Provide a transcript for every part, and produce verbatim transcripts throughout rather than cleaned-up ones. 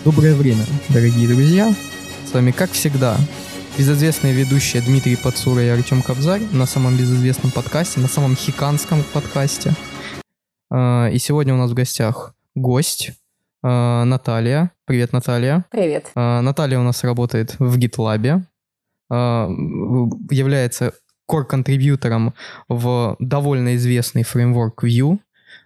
Доброе время, дорогие друзья. С вами, как всегда, безызвестные ведущие Дмитрий Пацура и Артем Кобзарь на самом безызвестном подкасте, на самом хиканском подкасте. И сегодня у нас в гостях гость Наталья. Привет, Наталья. Привет. Наталья у нас работает в GitLab, является core-контрибьютором в довольно известный фреймворк Vue.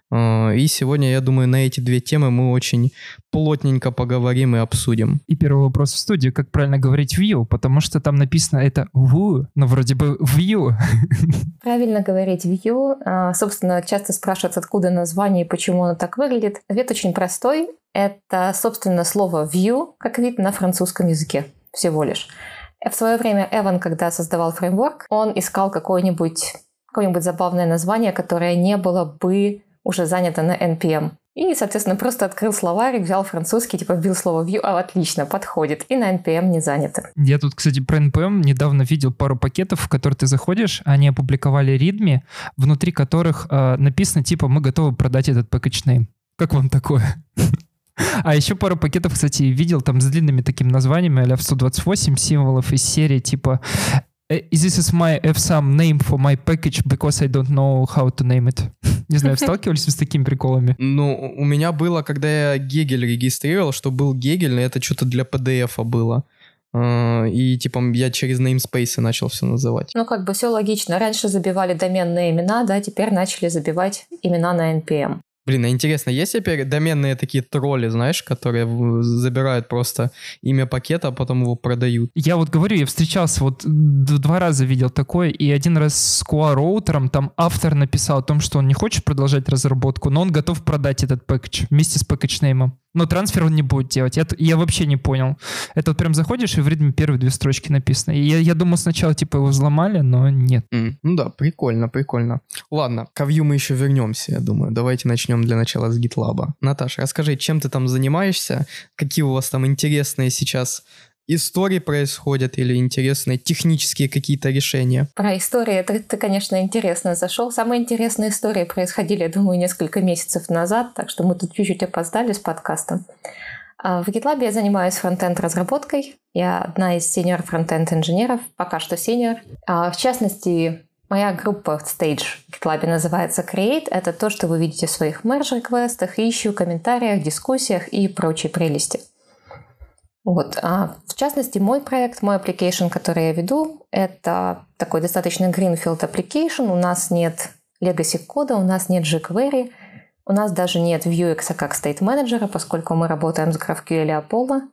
И сегодня, я думаю, на эти две темы мы очень плотненько поговорим и обсудим. И первый вопрос в студию, как правильно говорить Vue, потому что там написано это Vue, но вроде бы Vue. Правильно говорить Vue. Собственно, часто спрашивают, откуда название и почему оно так выглядит. Ответ очень простой. Это, собственно, слово Vue, как вид на французском языке всего лишь. В свое время Эван, когда создавал фреймворк, он искал какое-нибудь, какое-нибудь забавное название, которое не было бы уже занято на эн пи эм. И, соответственно, просто открыл словарь, взял французский, типа вбил слово Vue, а отлично, подходит. И на эн пи эм не занято. Я тут, кстати, про эн пи эм недавно видел пару пакетов, в которые ты заходишь, они опубликовали readme, внутри которых э, написано, типа, мы готовы продать этот package name. Как вам такое? А еще пару пакетов, кстати, видел там с длинными такими названиями, а-ля в сто двадцать восемь символов из серии, типа This is my F S A M name for my package because I don't know how to name it. Не знаю, сталкивались с такими приколами? Ну, у меня было, когда я Гегель регистрировал, что был Гегель, но это что-то для пи ди эф было. И типа я через namespace начал все называть. Ну, как бы все логично. Раньше забивали доменные имена, да, теперь начали забивать имена на эн пи эм. Блин, а интересно, есть теперь доменные такие тролли, знаешь, которые забирают просто имя пакета, а потом его продают? Я вот говорю, я встречался, вот два раза видел такое, и один раз с кью эй роутером, там автор написал о том, что он не хочет продолжать разработку, но он готов продать этот пакетч вместе с пакетч-неймом. Но трансфер он не будет делать. Я, я вообще не понял. Это вот прям заходишь, и в ритме первые две строчки написано. И я, я думал сначала, типа, его взломали, но нет. Mm, ну да, прикольно, прикольно. Ладно, к Vue мы еще вернемся, я думаю. Давайте начнем для начала с GitLab. Наташа, расскажи, чем ты там занимаешься? Какие у вас там интересные сейчас истории происходят или интересные технические какие-то решения? Про истории это, это, конечно, интересно зашел. Самые интересные истории происходили, я думаю, несколько месяцев назад, так что мы тут чуть-чуть опоздали с подкастом. В GitLab я занимаюсь фронтенд-разработкой. Я одна из senior фронтенд-инженеров, пока что senior. В частности, моя группа в Stage в GitLab называется Create. Это то, что вы видите в своих merge-реквестах, issue, комментариях, дискуссиях и прочей прелести. Вот. А в частности, мой проект, мой application, который я веду, это такой достаточно greenfield application. У нас нет legacy кода, у нас нет jQuery, у нас даже нет Vuex как state manager, поскольку мы работаем с GraphQL и Apollo.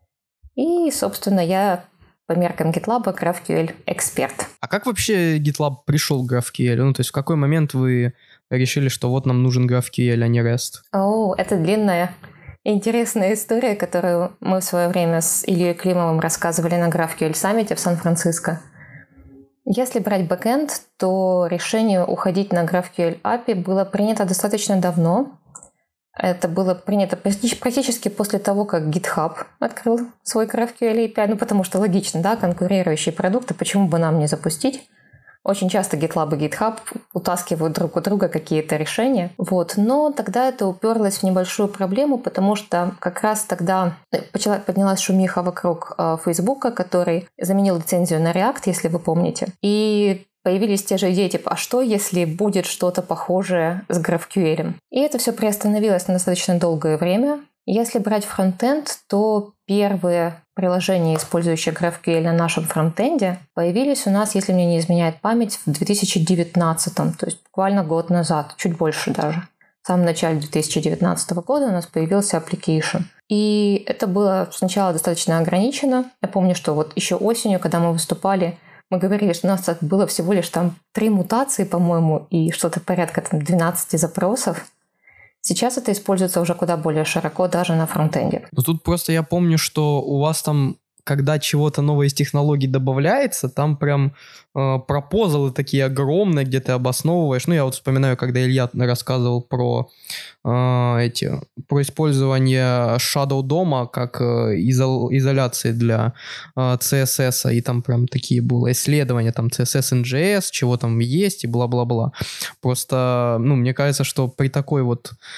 И, собственно, я по меркам GitLab GraphQL эксперт. А как вообще GitLab пришел к GraphQL? Ну, то есть в какой момент вы решили, что вот нам нужен GraphQL, а не REST? О, это длинная интересная история, которую мы в свое время с Ильей Климовым рассказывали на GraphQL саммите в Сан-Франциско. Если брать бэкэнд, то решение уходить на GraphQL эй пи ай было принято достаточно давно. Это было принято практически после того, как GitHub открыл свой GraphQL эй пи ай, ну потому что логично, да, конкурирующие продукты, почему бы нам не запустить? Очень часто GitLab и GitHub утаскивают друг у друга какие-то решения. Вот. Но тогда это уперлось в небольшую проблему, потому что как раз тогда поднялась шумиха вокруг Фейсбука, который заменил лицензию на React, если вы помните. И появились те же идеи, типа, а что, если будет что-то похожее с GraphQL? И это все приостановилось на достаточно долгое время. Если брать фронтенд, то первые приложения, использующие GraphQL на нашем фронтенде, появились у нас, если мне не изменяет память, в две тысячи девятнадцатом, то есть буквально год назад, чуть больше даже. В самом начале две тысячи девятнадцатого года у нас появился application. И это было сначала достаточно ограничено. Я помню, что вот еще осенью, когда мы выступали, мы говорили, что у нас было всего лишь там три мутации, по-моему, и что-то порядка там двенадцать запросов. Сейчас это используется уже куда более широко, даже на фронтенде. Ну тут просто я помню, что у вас там, когда чего-то новое из технологий добавляется, там прям э, пропозалы такие огромные, где ты обосновываешь. Ну, я вот вспоминаю, когда Илья рассказывал про э, эти, про использование Shadow дома как э, изол, изоляции для э, си эс эс, и там прям такие было исследования, там си эс эс эн джей эс, чего там есть, и бла-бла-бла. Просто, ну, мне кажется, что при такой вот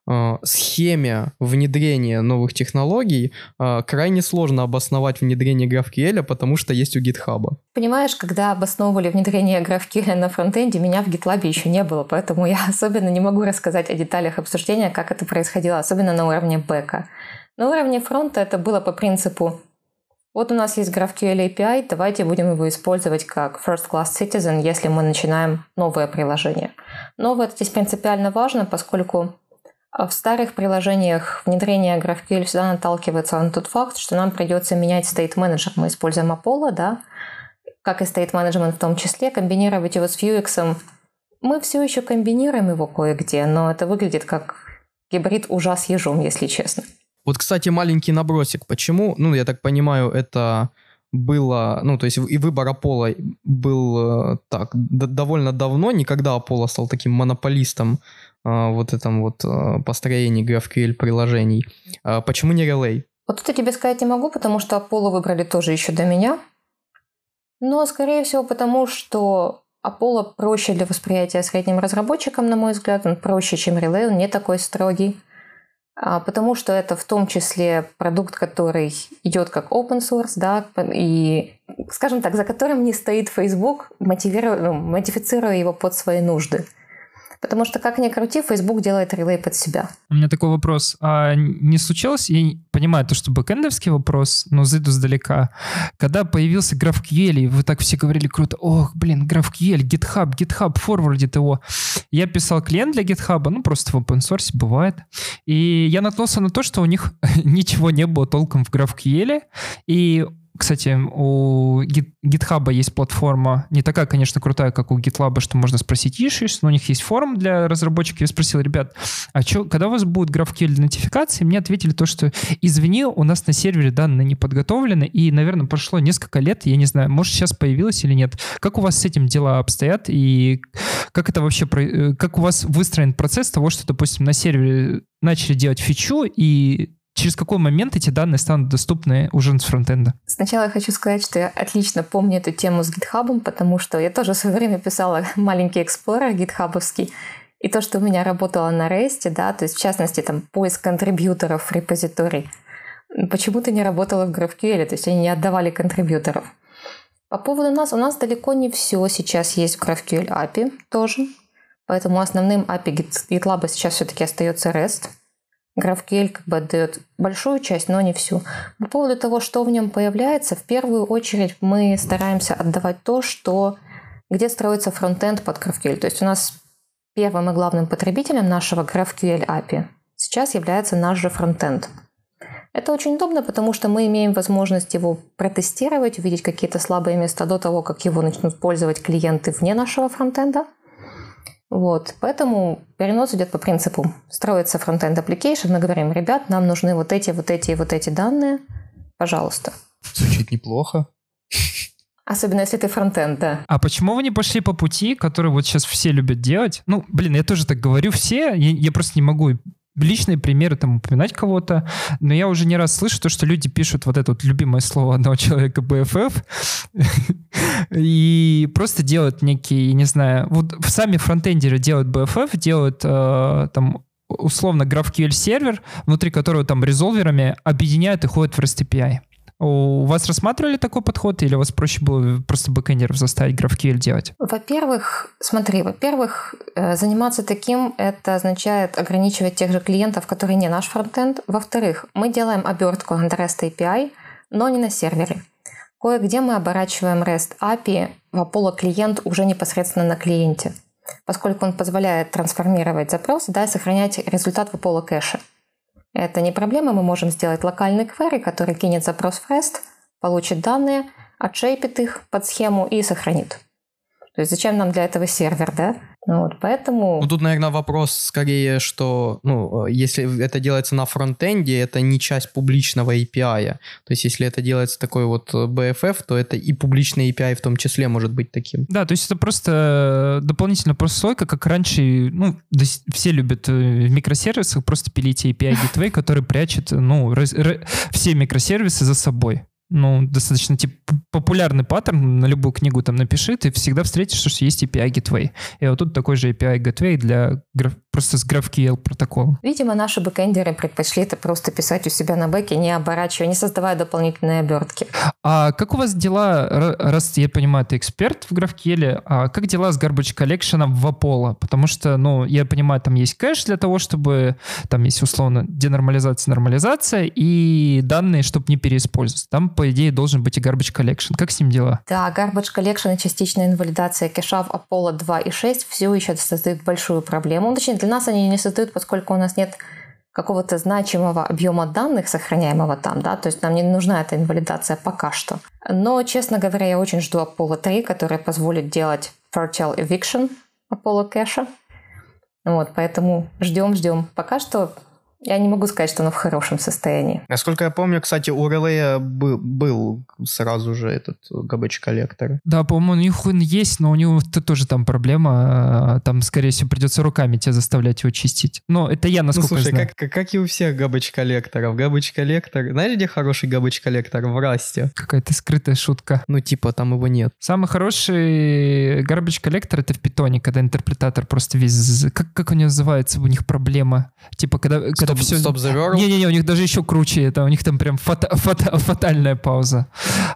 э, схеме внедрения новых технологий э, крайне сложно обосновать внедрение GraphQL, потому что есть у GitHub. Понимаешь, когда обосновывали внедрение GraphQL на фронтенде, меня в GitLab еще не было, поэтому я особенно не могу рассказать о деталях обсуждения, как это происходило, особенно на уровне бэка. На уровне фронта это было по принципу: вот у нас есть GraphQL эй пи ай, давайте будем его использовать как first-class citizen, если мы начинаем новое приложение. Новое здесь принципиально важно, поскольку в старых приложениях внедрение GraphQL всегда наталкивается на тот факт, что нам придется менять state manager. Мы используем Apollo, да, как и state management в том числе, комбинировать его с Vuex. Мы все еще комбинируем его кое-где, но это выглядит как гибрид ужа с ежом, если честно. Вот, кстати, маленький набросик. Почему? Ну, я так понимаю, это было... Ну, то есть и выбор Apollo был э, так, д- довольно давно, не когда Apollo стал таким монополистом э, вот этом вот э, построении GraphQL-приложений. Э, почему не Relay? Вот это тебе сказать не могу, потому что Apollo выбрали тоже еще до меня. Но, скорее всего, потому что Apollo проще для восприятия средним разработчикам, на мой взгляд. Он проще, чем Relay, он не такой строгий. Потому что это в том числе продукт, который идет как open source, да, и, скажем так, за которым не стоит Facebook, мотивируя, ну, модифицируя его под свои нужды. Потому что, как ни крути, Facebook делает Relay под себя. У меня такой вопрос. А не случилось, я понимаю, то, что бэкэндовский вопрос, но зайду сдалека. Когда появился GraphQL, и вы так все говорили круто: ох, блин, GraphQL, GitHub, GitHub форвардит его. Я писал клиент для GitHub, ну, просто в open source бывает. И я наткнулся на то, что у них ничего не было толком в GraphQL, и кстати, у GitHub есть платформа, не такая, конечно, крутая, как у GitLab, что можно спросить issues, но у них есть форум для разработчиков. Я спросил: ребят, а что, когда у вас будет GraphQL нотификации? Мне ответили то, что извини, у нас на сервере данные не подготовлены, и, наверное, прошло несколько лет, я не знаю, может, сейчас появилось или нет. Как у вас с этим дела обстоят, и как это вообще, как у вас выстроен процесс того, что, допустим, на сервере начали делать фичу, и через какой момент эти данные станут доступны уже с фронтенда? Сначала я хочу сказать, что я отлично помню эту тему с GitHub, потому что я тоже в свое время писала маленький эксплорер гитхабовский. И то, что у меня работало на REST, да, то есть в частности там поиск контрибьюторов в репозиторий, почему-то не работало в GraphQL, то есть они не отдавали контрибьюторов. По поводу нас, у нас далеко не все сейчас есть в GraphQL эй пи ай тоже, поэтому основным эй пи ай GitLab сейчас все-таки остается REST. GraphQL как бы отдает большую часть, но не всю. По поводу того, что в нем появляется, в первую очередь мы стараемся отдавать то, что, где строится фронтенд под GraphQL. То есть у нас первым и главным потребителем нашего GraphQL эй пи ай сейчас является наш же фронтенд. Это очень удобно, потому что мы имеем возможность его протестировать, увидеть какие-то слабые места до того, как его начнут пользовать клиенты вне нашего фронтенда. Вот, поэтому перенос идет по принципу: строится фронтенд application, мы говорим: ребят, нам нужны вот эти, вот эти и вот эти данные, пожалуйста. Звучит неплохо. Особенно если ты фронтенд, да. А почему вы не пошли по пути, который вот сейчас все любят делать? Ну, блин, я тоже так говорю все, я, я просто не могу личные примеры там упоминать кого-то, но я уже не раз слышу то, что люди пишут вот это вот любимое слово одного человека би эф эф и просто делают некие, не знаю, вот сами фронтендеры делают би эф эф, делают э, там условно GraphQL сервер, внутри которого там резолверами объединяют и ходят в REST эй пи ай. У вас рассматривали такой подход, или у вас проще было просто бэкэндеров заставить GraphQL делать? Во-первых, смотри, во-первых, заниматься таким — это означает ограничивать тех же клиентов, которые не наш фронтенд. Во-вторых, мы делаем обертку на REST эй пи ай, но не на сервере. Кое-где мы оборачиваем REST эй пи ай в Apollo клиент уже непосредственно на клиенте, поскольку он позволяет трансформировать запрос, да, и сохранять результат в Apollo кэше. Это не проблема, мы можем сделать локальный query, который кинет запрос в REST, получит данные, отшейпит их под схему и сохранит. То есть зачем нам для этого сервер, да? Ну, вот, поэтому... Ну, тут, наверное, вопрос скорее, что, ну, если это делается на фронтенде, это не часть публичного эй пи ай. То есть, если это делается такой вот би эф эф, то это и публичный эй пи ай в том числе может быть таким. Да, то есть это просто дополнительная прослойка, как раньше, ну, все любят в микросервисах просто пилить эй пи ай Gateway, который прячет, ну, раз, раз, все микросервисы за собой. Ну, достаточно типа популярный паттерн, на любую книгу там напиши, ты всегда встретишь, что есть эй пи ай Gateway. И вот тут такой же эй пи ай Gateway для граф... просто с GraphQL протоколом. Видимо, наши бэкэндеры предпочли это просто писать у себя на бэке, не оборачивая, не создавая дополнительные обертки. А как у вас дела, раз я понимаю, ты эксперт в GraphQL, а как дела с garbage collection в Apollo? Потому что, ну, я понимаю, там есть кэш для того, чтобы, там есть условно денормализация, нормализация и данные, чтобы не переиспользоваться. Там, по идее, должен быть и garbage collection. Как с ним дела? Да, garbage collection и частичная инвалидация кэша в Apollo два и шесть все еще создают большую проблему. Точнее, для нас они не создают, поскольку у нас нет какого-то значимого объема данных, сохраняемого там, да, то есть нам не нужна эта инвалидация пока что. Но, честно говоря, я очень жду Apollo три, который позволит делать partial eviction Apollo кэша. Вот, поэтому ждем, ждем. Пока что я не могу сказать, что оно в хорошем состоянии. Насколько я помню, кстати, у Relay был, был сразу же этот garbage коллектор. Да, по-моему, у них он есть, но у него тоже там проблема. Там, скорее всего, придется руками тебя заставлять его чистить. Но это я, насколько ну, слушай, знаю. Как, как и у всех garbage коллекторов. Garbage коллектор... Знаешь, где хороший garbage коллектор? В Расте. Какая-то скрытая шутка. Ну, типа, там его нет. Самый хороший garbage коллектор — это в питоне, когда интерпретатор просто весь... Как, как у него называется? У них проблема. Типа, когда... когда Стоп, все... стоп the world? Не-не-не, у них даже еще круче. Это у них там прям фата, фата, фатальная пауза.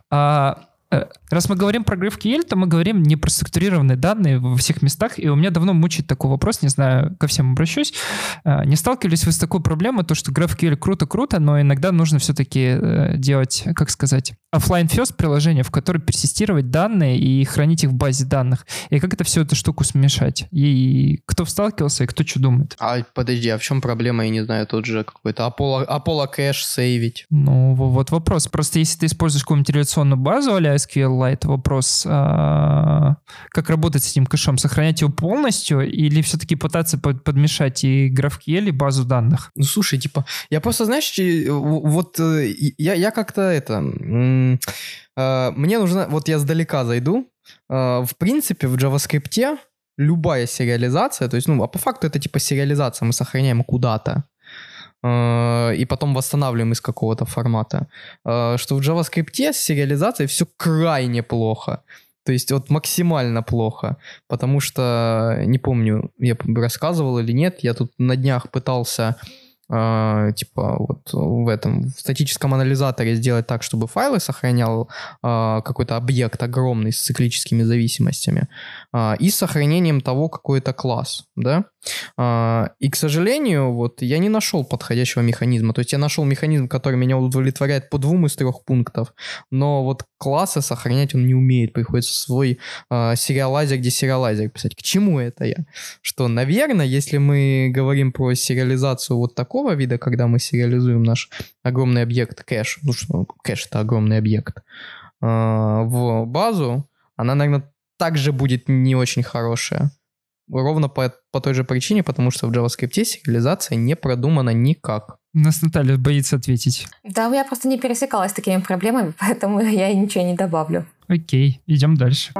А, раз мы говорим про GraphQL, то мы говорим не про структурированные данные во всех местах. И у меня давно мучает такой вопрос, не знаю, ко всем обращусь. А, не сталкивались вы с такой проблемой, то, что GraphQL круто-круто, но иногда нужно все-таки делать, как сказать, офлайн first приложение, в которое персистировать данные и хранить их в базе данных. И как это все эту штуку смешать? И кто сталкивался, и кто что думает? А подожди, а в чем проблема? Я не знаю, тут же какой-то Apollo, Apollo кэш сейвить. Ну, вот вопрос. Просто если ты используешь какую-нибудь реляционную базу а-ля SQLite, вопрос, а, как работать с этим кэшом? Сохранять его полностью или все-таки пытаться под, подмешать и GraphQL, и базу данных? Ну, слушай, типа, я просто, знаешь, вот я, я как-то это... Мне нужно... Вот я сдалека зайду. В принципе, в JavaScript любая сериализация, то есть, ну, а по факту это типа сериализация, мы сохраняем куда-то и потом восстанавливаем из какого-то формата. Что в JavaScript с сериализацией все крайне плохо. То есть вот максимально плохо. Потому что, не помню, я рассказывал или нет, я тут на днях пытался... Uh, типа вот в этом в статическом анализаторе сделать так, чтобы файлы сохранял uh, какой-то объект огромный с циклическими зависимостями uh, и с сохранением того какой-то класс, да, uh, и, к сожалению, вот я не нашел подходящего механизма, то есть я нашел механизм, который меня удовлетворяет по двум из трех пунктов, но вот классы сохранять он не умеет, приходится свой uh, сериалайзер, где сериалайзер писать. К чему это я? Что, наверное, если мы говорим про сериализацию вот такого вида, когда мы сериализуем наш огромный объект кэш, ну что, кэш это огромный объект, э, в базу, она, наверное, также будет не очень хорошая. Ровно по, по той же причине, потому что в JavaScript сериализация не продумана никак. У нас Наталья боится ответить. Да, я просто не пересекалась с такими проблемами, поэтому я ничего не добавлю. Окей, идем дальше.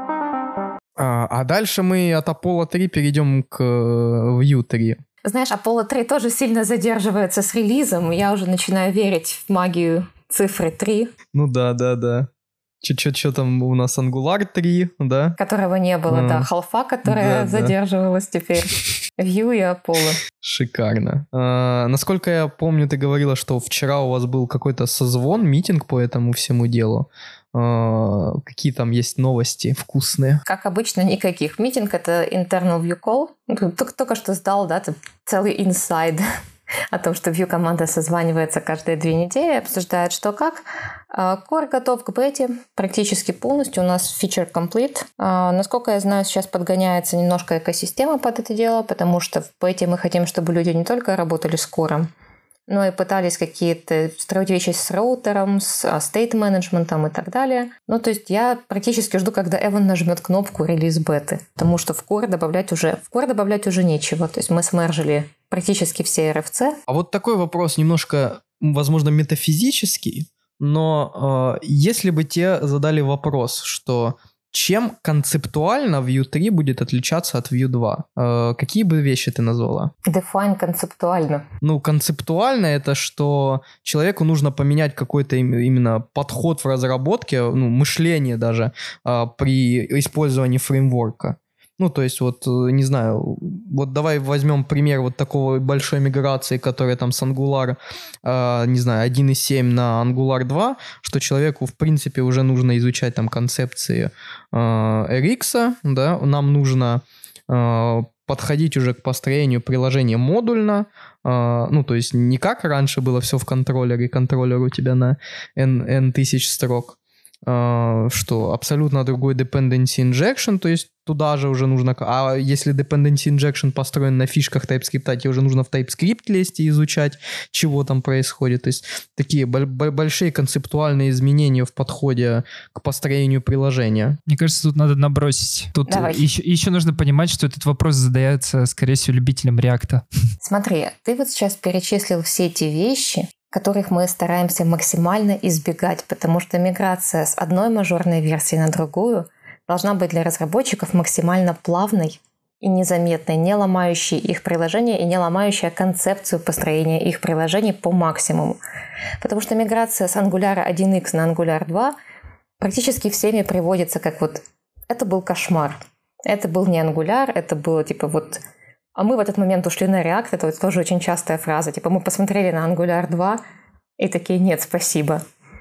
А, а дальше мы от Apollo три перейдем к Vue три. Знаешь, Apollo три тоже сильно задерживается с релизом. Я уже начинаю верить в магию цифры три. Ну да, да, да. Что там у нас Angular три, да? Которого не было, а, да. Халфа, которая да, задерживалась да. теперь. Vue и Apollo. Шикарно. А, насколько я помню, ты говорила, что вчера у вас был какой-то созвон, митинг по этому всему делу. Uh, какие там есть новости вкусные? Как обычно, никаких. Митинг — это internal Vue call. Только, только что сдал, да, целый инсайд о том, что Vue команда созванивается каждые две недели, обсуждает что как. Core готов к бете практически полностью. У нас feature complete. Uh, насколько я знаю, сейчас подгоняется немножко экосистема под это дело, потому что в бете мы хотим, чтобы люди не только работали с кором, но и пытались какие-то строить вещи с роутером, с state-менеджментом и так далее. Ну, то есть я практически жду, когда Эван нажмет кнопку релиз беты, потому что в Core добавлять уже, в Core добавлять уже нечего. То есть мы смержили практически все эр эф си. А вот такой вопрос немножко, возможно, метафизический, но э, если бы тебе задали вопрос, что чем концептуально Vue три будет отличаться от Vue два? Э, какие бы вещи ты назвала? Define концептуально. Ну, концептуально это, что человеку нужно поменять какой-то именно подход в разработке, ну, мышление даже э, при использовании фреймворка. Ну, то есть, вот, не знаю, вот давай возьмем пример вот такого большой миграции, которая там с Angular, э, не знаю, один и семь на Angular два, что человеку, в принципе, уже нужно изучать там концепции э, эр икс, да, нам нужно э, подходить уже к построению приложения модульно, э, ну, то есть, не как раньше было все в контроллере, контроллер у тебя на n, n тысяч строк, Uh, что абсолютно другой dependency injection, то есть туда же уже нужно... А если dependency injection построен на фишках TypeScript, тебе уже нужно в TypeScript лезть и изучать, чего там происходит. То есть такие б- б- большие концептуальные изменения в подходе к построению приложения. Мне кажется, тут надо набросить. Тут еще, еще нужно понимать, что этот вопрос задается, скорее всего, любителям React. Смотри, ты вот сейчас перечислил все эти вещи, которых мы стараемся максимально избегать, потому что миграция с одной мажорной версии на другую должна быть для разработчиков максимально плавной и незаметной, не ломающей их приложение и не ломающей концепцию построения их приложений по максимуму. Потому что миграция с Angular один икс на Angular два практически всеми приводится как вот это был кошмар. Это был не Angular, это было типа вот... А мы в этот момент ушли на React, это вот тоже очень частая фраза. Типа мы посмотрели на Angular два и такие «нет, спасибо».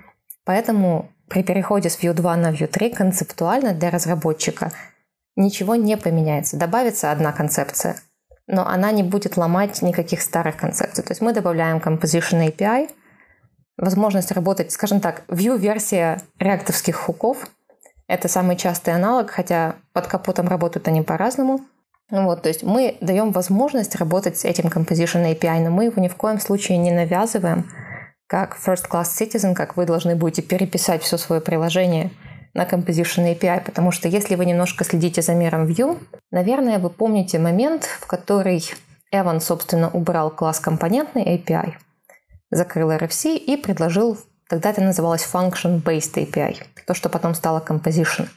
Поэтому при переходе с Vue два на Vue три концептуально для разработчика ничего не поменяется. Добавится одна концепция, но она не будет ломать никаких старых концепций. То есть мы добавляем Composition эй пи ай, возможность работать, скажем так, Vue-версия реактовских хуков. Это самый частый аналог, хотя под капотом работают они по-разному. Вот, то есть мы даем возможность работать с этим Composition эй пи ай, но мы его ни в коем случае не навязываем, как First Class Citizen, как вы должны будете переписать все свое приложение на Composition эй пи ай, потому что если вы немножко следите за миром Vue, наверное, вы помните момент, в который Эван, собственно, убрал класс компонентный эй пи ай, закрыл эр эф си и предложил, тогда это называлось Function-Based эй пи ай, то, что потом стало Composition.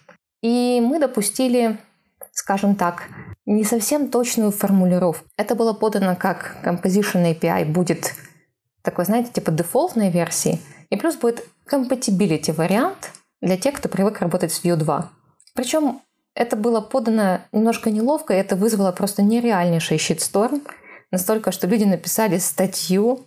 И мы допустили, скажем так, не совсем точную формулировку. Это было подано как Composition эй пи ай будет такой, знаете, типа дефолтной версии, и плюс будет compatibility вариант для тех, кто привык работать с Vue два. Причем это было подано немножко неловко, и это вызвало просто нереальнейший shitstorm, настолько, что люди написали статью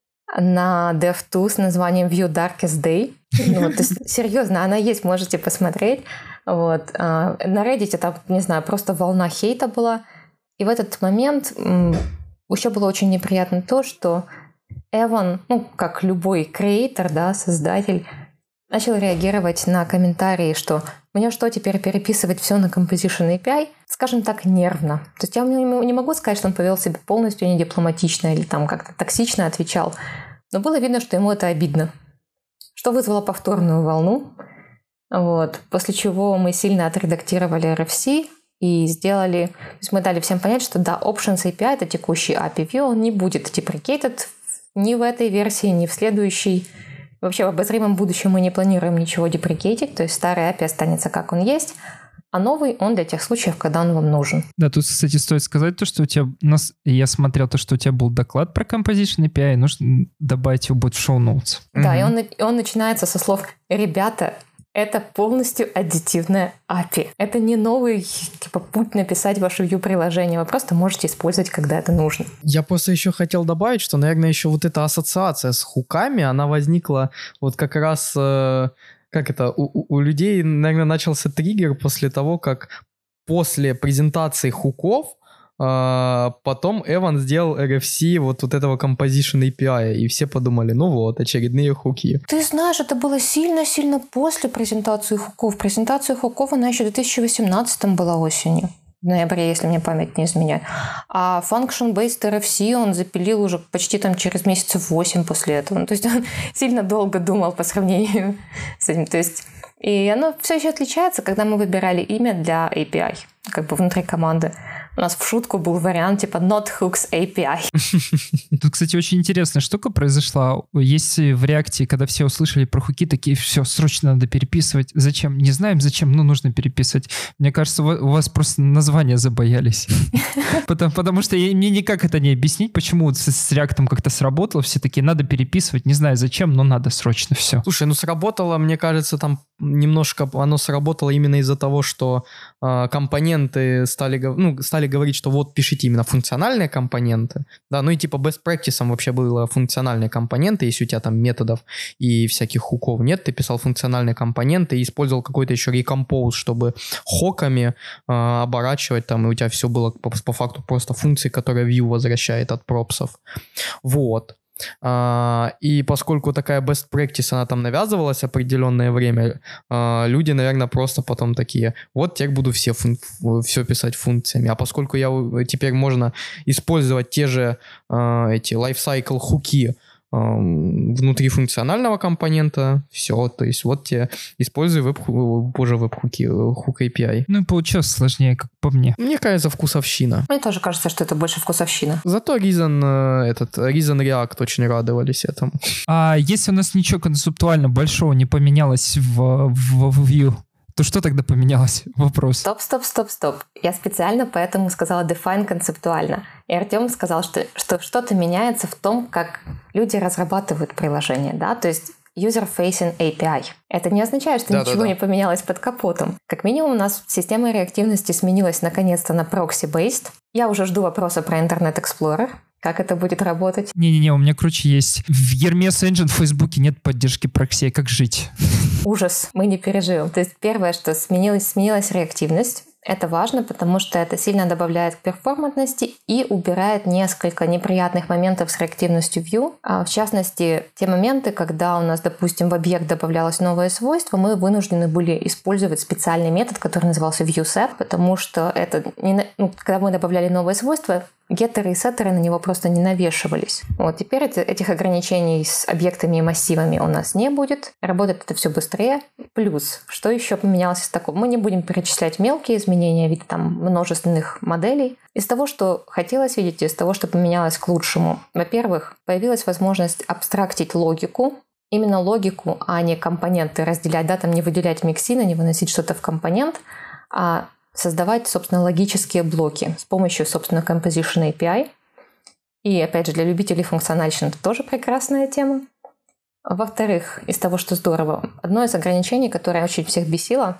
на DevTools с названием Vue Darkest Day. Ну, вот, то есть, серьезно, она есть, можете посмотреть. Вот. На Reddit там, не знаю, просто волна хейта была. И в этот момент еще было очень неприятно то, что Эван, ну, как любой креатор, да, создатель, начал реагировать на комментарии, что мне что, теперь переписывать все на Composition эй пи ай? Скажем так, нервно. То есть я не могу сказать, что он повел себя полностью недипломатично или там как-то токсично отвечал, но было видно, что ему это обидно, что вызвало повторную волну. Вот. После чего мы сильно отредактировали эр эф си и сделали... То есть мы дали всем понять, что да, Options эй пи ай — это текущий эй пи ай Vue, он не будет deprecated ни в этой версии, ни в следующей. Вообще в обозримом будущем мы не планируем ничего деприкейтить, то есть старый эй пи ай останется как он есть, а новый он для тех случаев, когда он вам нужен. Да, тут, кстати, стоит сказать то, что у тебя... У нас, я смотрел то, что у тебя был доклад про Composition эй пи ай, нужно добавить его будет в шоу-ноутс. Да, угу. и он, и он начинается со слов «Ребята, это полностью аддитивная эй пи ай. Это не новый типа, путь написать ваше Vue-приложение. Вы просто можете использовать, когда это нужно». Я просто еще хотел добавить, что, наверное, еще вот эта ассоциация с хуками, она возникла вот как раз... Э, как это? У, у людей, наверное, начался триггер после того, как после презентации хуков Uh, потом Эван сделал эр эф си вот, вот этого Composition эй пи ай, и все подумали, ну вот, очередные хуки. Ты знаешь, это было сильно-сильно после презентации хуков. Презентация хуков, она еще в две тысячи восемнадцатом была осенью. В ноябре, если мне память не изменяет. А Function-Based эр эф си он запилил уже почти там через месяцев восемь после этого. Ну, то есть он сильно долго думал по сравнению с этим. То есть И оно все еще отличается, когда мы выбирали имя для эй пи ай, как бы внутри команды. У нас в шутку был вариант типа not hooks эй пи ай. Тут, кстати, очень интересная штука произошла. Если в React, когда все услышали про хуки, такие, все, срочно надо переписывать. Зачем? Не знаем, зачем, но нужно переписывать. Мне кажется, у вас просто названия забоялись. Потому, потому что мне никак это не объяснить, почему с, с React как-то сработало. Все такие, надо переписывать. Не знаю, зачем, но надо срочно все. Слушай, ну сработало, мне кажется, там немножко оно сработало именно из-за того, что э, компоненты стали, ну, стали говорить, что вот пишите именно функциональные компоненты, да, ну и типа best practice вообще было функциональные компоненты, если у тебя там методов и всяких хуков нет, ты писал функциональные компоненты и использовал какой-то еще recompose, чтобы хоками э, оборачивать там, и у тебя все было по, по факту просто функции, которые view возвращает от пропсов. Вот. Uh, и поскольку такая best practice, она там навязывалась определенное время, uh, люди, наверное, просто потом такие, вот теперь буду все, фун- все писать функциями. А поскольку я, теперь можно использовать те же uh, эти lifecycle хуки uh, внутри функционального компонента, все, то есть вот тебе используй веб, боже, веб-хуки, хук эй пи ай. Ну и получилось сложнее, как по мне. Мне кажется, вкусовщина. Мне тоже кажется, что это больше вкусовщина. Зато Reason, этот, Reason React очень радовались этому. А если у нас ничего концептуально большого не поменялось в, в, в Vue, то что тогда поменялось? Вопрос. Стоп, стоп, стоп, стоп. Я специально поэтому сказала define концептуально. И Артем сказал, что, что что-то меняется в том, как люди разрабатывают приложение, да, то есть user-facing эй пи ай. Это не означает, что да, ничего да, да. не поменялось под капотом. Как минимум у нас система реактивности сменилась наконец-то на proxy-based. Я уже жду вопроса про Internet Explorer. Как это будет работать? Не-не-не, у меня круче есть. В Hermes Engine в Фейсбуке нет поддержки прокси. Как жить? Ужас, мы не переживем. То есть первое, что сменилась, сменилась реактивность. Это важно, потому что это сильно добавляет к перформантности и убирает несколько неприятных моментов с реактивностью Vue. А в частности, те моменты, когда у нас, допустим, в объект добавлялось новое свойство, мы вынуждены были использовать специальный метод, который назывался ViewSet, потому что это не, ну, когда мы добавляли новое свойство, геттеры и сеттеры на него просто не навешивались. Вот теперь это, этих ограничений с объектами и массивами у нас не будет. Работает это все быстрее. Плюс, что еще поменялось из такого? Мы не будем перечислять мелкие изменения в виде там множественных моделей. Из того, что хотелось видеть, из того, что поменялось к лучшему. Во-первых, появилась возможность абстрактить логику. Именно логику, а не компоненты разделять, да, там не выделять миксины, не выносить что-то в компонент, а создавать, собственно, логические блоки с помощью, собственно, Composition эй пи ай. И, опять же, для любителей функциональщины это тоже прекрасная тема. Во-вторых, из того, что здорово, одно из ограничений, которое очень всех бесило,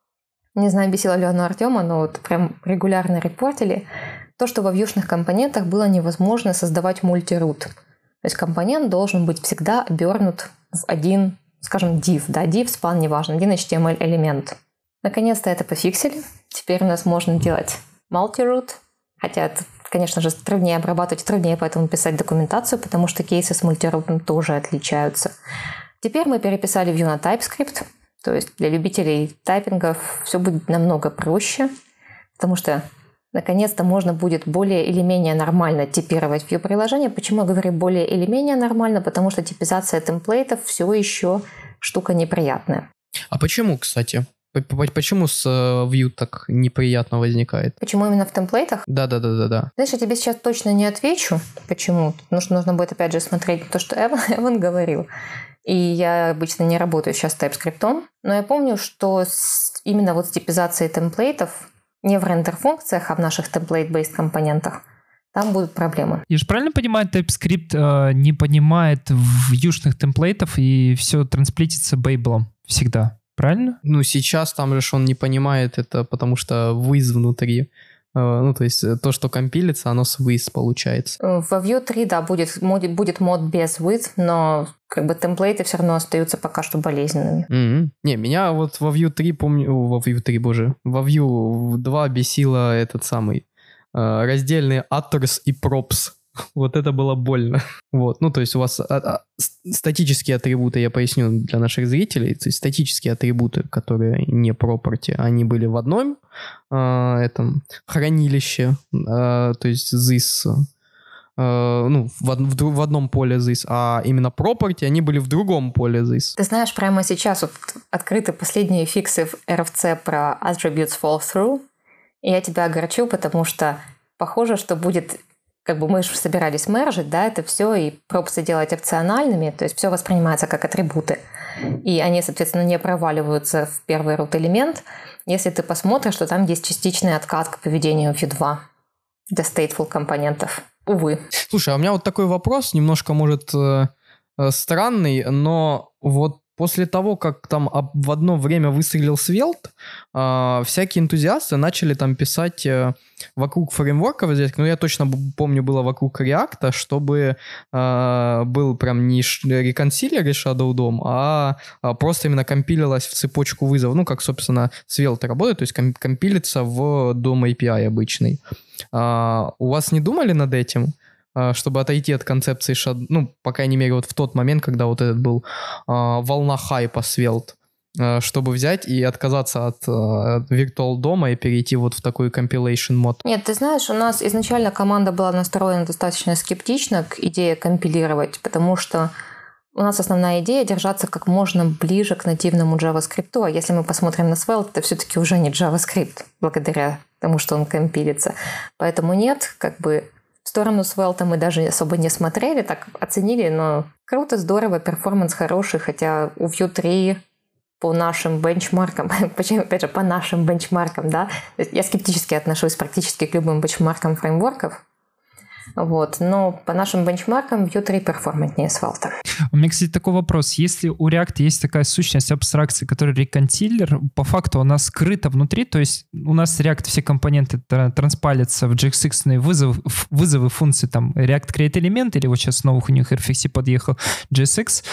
не знаю, бесило ли оно Артема, но вот прям регулярно репортили, то, что во вьюшных компонентах было невозможно создавать мультирут. То есть компонент должен быть всегда обернут в один, скажем, div, да, div, span, неважно, один эйч ти эм эль-элемент. Наконец-то это пофиксили. Теперь у нас можно делать multi-root, хотя это, конечно же, труднее обрабатывать, труднее поэтому писать документацию, потому что кейсы с мультирутом тоже отличаются. Теперь мы переписали Vue на TypeScript, то есть для любителей тайпингов все будет намного проще, потому что наконец-то можно будет более или менее нормально типировать Vue-приложение. Почему я говорю более или менее нормально? Потому что типизация темплейтов все еще штука неприятная. А почему, кстати? Почему с Vue так неприятно возникает? Почему именно в темплейтах? Да-да-да-да. Знаешь, я тебе сейчас точно не отвечу, почему. Потому что нужно будет опять же смотреть то, что Эван, Эван говорил. И я обычно не работаю сейчас с TypeScript, но я помню, что с, именно вот с типизацией темплейтов, не в рендер-функциях, а в наших template-based компонентах, там будут проблемы. Я же правильно понимаю, TypeScript э, не понимает вьюшных темплейтов и все трансплитится бейблом всегда? Правильно? Ну, сейчас там же он не понимает это, потому что with внутри. Ну, то есть то, что компилится, оно с with получается. Во Vue три, да, будет, будет мод без with, но как бы темплейты все равно остаются пока что болезненными. Mm-hmm. Не, меня вот во Vue три, помню, во Vue три, боже, во Vue два бесило этот самый раздельные attrs и props. Вот это было больно. Вот. Ну, то есть у вас а, а, статические атрибуты, я поясню для наших зрителей, то есть статические атрибуты, которые не property, они были в одном а, этом хранилище, а, то есть this ну, в, в, в одном поле this, а именно property, они были в другом поле this. Ты знаешь, прямо сейчас вот открыты последние фиксы в эр эф си про attributes fall through, и я тебя огорчу, потому что похоже, что будет, как бы мы же собирались мержить, да, это все, и пропсы делать опциональными, то есть все воспринимается как атрибуты, и они, соответственно, не проваливаются в первый root-элемент, если ты посмотришь, что там есть частичный откат к поведению ви два для stateful компонентов. Увы. Слушай, а у меня вот такой вопрос, немножко, может, э, э, странный, но вот после того, как там в одно время выстрелил Svelte, э, всякие энтузиасты начали там писать э, вокруг фреймворков здесь, ну, я точно помню, было вокруг React, чтобы э, был прям не реконсилер и Shadow дом, а, а просто именно компилилась в цепочку вызовов, ну, как, собственно, Svelte работает, то есть комп- компилится в дом эй пи ай обычный. Uh, у вас не думали над этим, uh, чтобы отойти от концепции Shadow, ну, по крайней мере, вот в тот момент, когда вот этот был uh, волна хайпа Svelte, uh, чтобы взять и отказаться от uh, Virtual дома и перейти вот в такой compilation мод? Нет, ты знаешь, у нас изначально команда была настроена достаточно скептично к идее компилировать, потому что у нас основная идея держаться как можно ближе к нативному JavaScript. А если мы посмотрим на Svelte, это все-таки уже не JavaScript, благодаря тому, что он компилится. Поэтому нет, как бы в сторону Svelte мы даже особо не смотрели, так оценили, но круто, здорово, перформанс хороший, хотя у Vue три по нашим бенчмаркам, почему, опять же, по нашим бенчмаркам, да, я скептически отношусь практически к любым бенчмаркам фреймворков. Вот. Но по нашим бенчмаркам Vue три перформантнее Svelte. У меня, кстати, такой вопрос. Если у React есть такая сущность абстракции, которая реконсилер, по факту она скрыта внутри, то есть у нас React все компоненты транспалятся в джей экс икс-ные вызовы, вызовы функции, там, React Create Element, или вот сейчас новых у них эр эф си подъехал джей эс икс,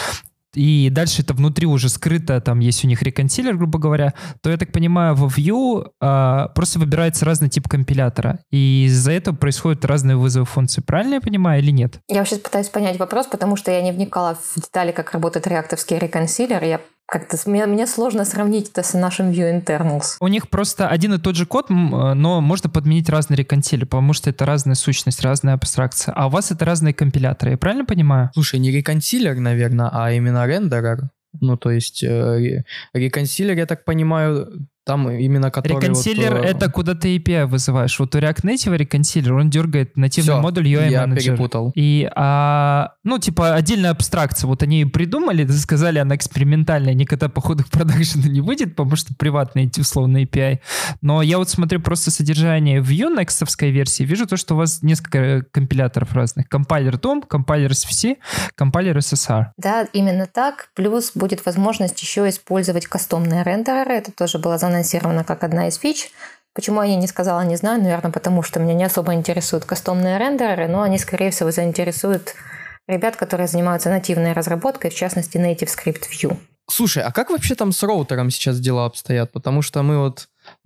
и дальше это внутри уже скрыто, там есть у них реконсилер, грубо говоря, то, я так понимаю, во Vue а, просто выбирается разный тип компилятора, и из-за этого происходят разные вызовы функций. Правильно я понимаю или нет? Я сейчас пытаюсь понять вопрос, потому что я не вникала в детали, как работает реактовский реконсилер. Я как-то мне, мне сложно сравнить это с нашим Vue Internals. У них просто один и тот же код, но можно подменить разные реконсилеры, потому что это разная сущность, разная абстракция. А у вас это разные компиляторы, я правильно понимаю? Слушай, не реконсилер, наверное, а именно рендерер. Ну, то есть э, реконсилер, я так понимаю, там именно который... Реконсилер вот, это куда ты эй пи ай вызываешь. Вот у React Native реконсилер, он дергает нативный Все, модуль ю ай я Manager. перепутал. И, а, ну, типа, отдельная абстракция. Вот они ее придумали, сказали, она экспериментальная, никогда, походу, к продакшену не выйдет, потому что приватные эти условные эй пи ай. Но я вот смотрю просто содержание Vue Next-овской версии, вижу то, что у вас несколько компиляторов разных. Компайлер дом, компайлер эс эф си, компайлер эс эс ар. Да, именно так. Плюс будет возможность еще использовать кастомные рендереры. Это тоже было анонсировано как одна из фич. Почему я не сказала, не знаю. Наверное, потому что меня не особо интересуют кастомные рендереры, но они, скорее всего, заинтересуют ребят, которые занимаются нативной разработкой, в частности, Native Script Vue. Слушай, а как вообще там с роутером сейчас дела обстоят? Потому что мы вот э,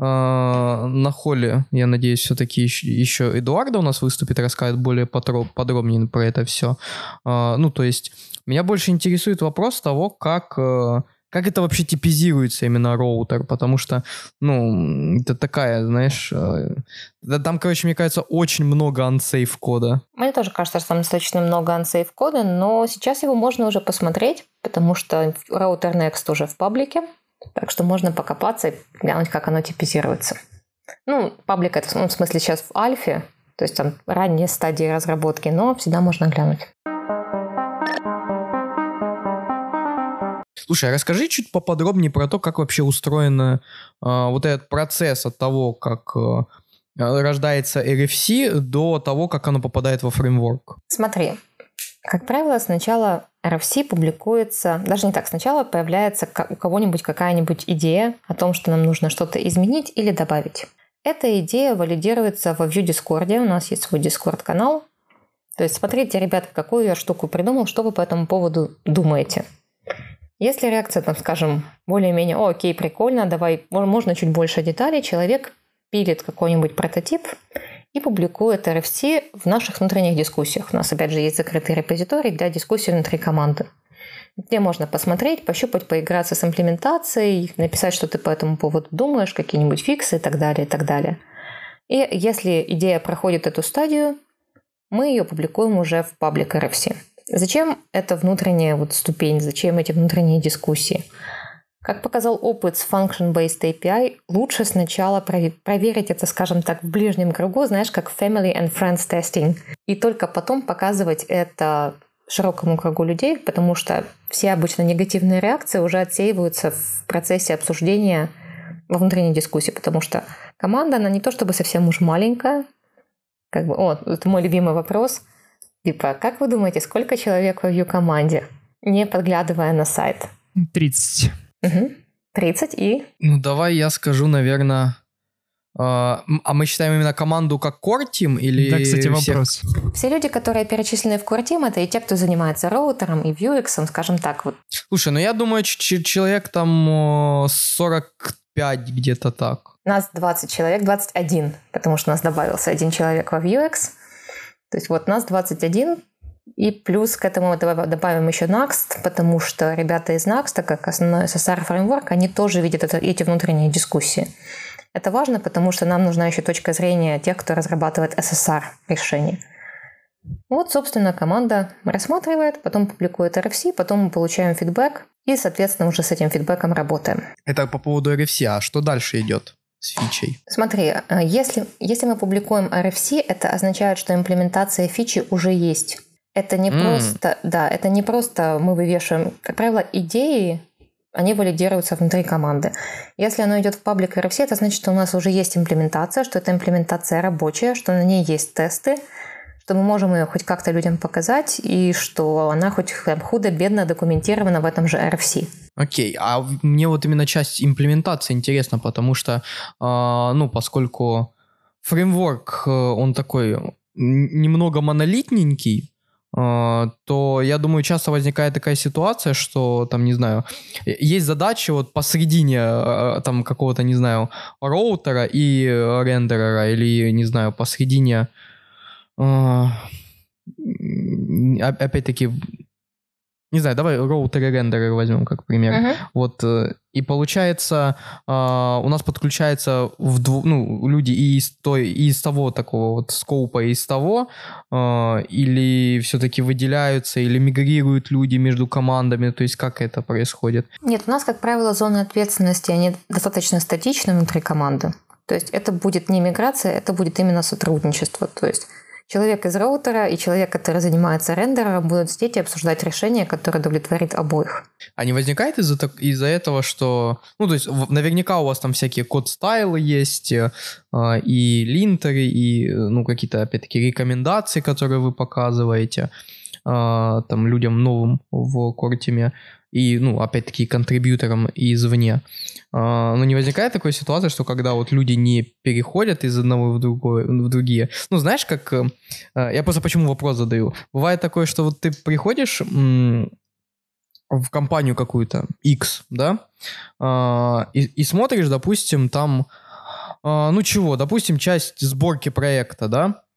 на холле, я надеюсь, все-таки еще, еще Эдуарда у нас выступит, расскажет более подроб, подробнее про это все. Э, ну, то есть, меня больше интересует вопрос того, как... Э, Как это вообще типизируется именно роутер? Потому что, ну, это такая, знаешь... Э, там, короче, мне кажется, очень много unsafe кода. Мне тоже кажется, что там достаточно много unsafe кода, но сейчас его можно уже посмотреть, потому что роутер Next уже в паблике, так что можно покопаться и глянуть, как оно типизируется. Ну, паблик это, ну, в смысле, сейчас в альфе, то есть там ранние стадии разработки, но всегда можно глянуть. Слушай, а расскажи чуть поподробнее про то, как вообще устроен э, вот этот процесс от того, как э, рождается эр эф си, до того, как оно попадает во фреймворк. Смотри, как правило, сначала эр эф си публикуется, даже не так, сначала появляется у кого-нибудь какая-нибудь идея о том, что нам нужно что-то изменить или добавить. Эта идея валидируется во Vue Discord, у нас есть свой Discord-канал. То есть смотрите, ребята, какую я штуку придумал, что вы по этому поводу думаете. Если реакция, там, скажем, более-менее, о, окей, прикольно, давай, можно чуть больше деталей, человек пилит какой-нибудь прототип и публикует эр эф си в наших внутренних дискуссиях. У нас, опять же, есть закрытый репозиторий для дискуссий внутри команды, где можно посмотреть, пощупать, поиграться с имплементацией, написать, что ты по этому поводу думаешь, какие-нибудь фиксы и так далее, и так далее. И если идея проходит эту стадию, мы ее публикуем уже в Public эр эф си. Зачем эта внутренняя вот ступень, зачем эти внутренние дискуссии? Как показал опыт с Function-Based эй пи ай, лучше сначала проверить это, скажем так, в ближнем кругу, знаешь, как Family and Friends Testing, и только потом показывать это широкому кругу людей, потому что все обычно негативные реакции уже отсеиваются в процессе обсуждения во внутренней дискуссии, потому что команда, она не то чтобы совсем уж маленькая, как бы, о, это мой любимый вопрос, типа, как вы думаете, сколько человек в Vue-команде, не подглядывая на сайт? тридцать. Угу. тридцать и? Ну, давай я скажу, наверное... Uh, а мы считаем именно команду как core team или... Да, кстати, всех... вопрос. Все люди, которые перечислены в core team, это и те, кто занимается роутером и Vuex, скажем так. Вот. Слушай, ну я думаю, ч- человек там сорок пять где-то так. Нас двадцать человек, двадцать один, потому что у нас добавился один человек во Vuex. То есть вот нас двадцать один, и плюс к этому добавим еще Next, потому что ребята из Next, как основной эс эс ар-фреймворк, они тоже видят это, эти внутренние дискуссии. Это важно, потому что нам нужна еще точка зрения тех, кто разрабатывает эс эс ар-решения. Вот, собственно, команда рассматривает, потом публикует эр эф си, потом мы получаем фидбэк, и, соответственно, уже с этим фидбэком работаем. Это по поводу эр эф си, а что дальше идет с фичей? Смотри, если, если мы публикуем эр эф си, это означает, что имплементация фичи уже есть. Это не mm. просто, да, это не просто мы вывешиваем, как правило, идеи, они валидируются внутри команды. Если оно идет в паблик эр эф си, это значит, что у нас уже есть имплементация, что эта имплементация рабочая, что на ней есть тесты, что мы можем ее хоть как-то людям показать, и что она хоть худо-бедно документирована в этом же эр эф си. Окей, okay. А мне вот именно часть имплементации интересна, потому что, э, ну, поскольку фреймворк, он такой немного монолитненький, то, я думаю, часто возникает такая ситуация, что, там, не знаю, есть задачи вот посредине там какого-то, не знаю, роутера и рендерера, или, не знаю, посредине, опять-таки, не знаю, давай роутер и рендерер возьмем как пример. Uh-huh. Вот, и получается, у нас подключаются вдво, ну, люди и из, той, и из того такого вот скоупа, и из того, или все-таки выделяются, или мигрируют люди между командами, то есть как это происходит? Нет, у нас, как правило, зоны ответственности, они достаточно статичны внутри команды. То есть это будет не миграция, это будет именно сотрудничество. То есть человек из роутера и человек, который занимается рендером, будут сидеть и обсуждать решение, которое удовлетворит обоих. А не возникает из-за, из-за этого, что... Ну, то есть наверняка у вас там всякие код-стайлы есть, э, и линтеры, и, ну, какие-то, опять-таки, рекомендации, которые вы показываете э, там людям новым в Core-теме, и, ну, опять-таки, контрибьюторам извне. Но не возникает такой ситуации, что когда вот люди не переходят из одного в, другое, в другие. Ну, знаешь, как... Я просто почему вопрос задаю. Бывает такое, что вот ты приходишь м- в компанию какую-то, X, да, и, и смотришь, допустим, там... Ну, чего? Допустим, часть сборки проекта,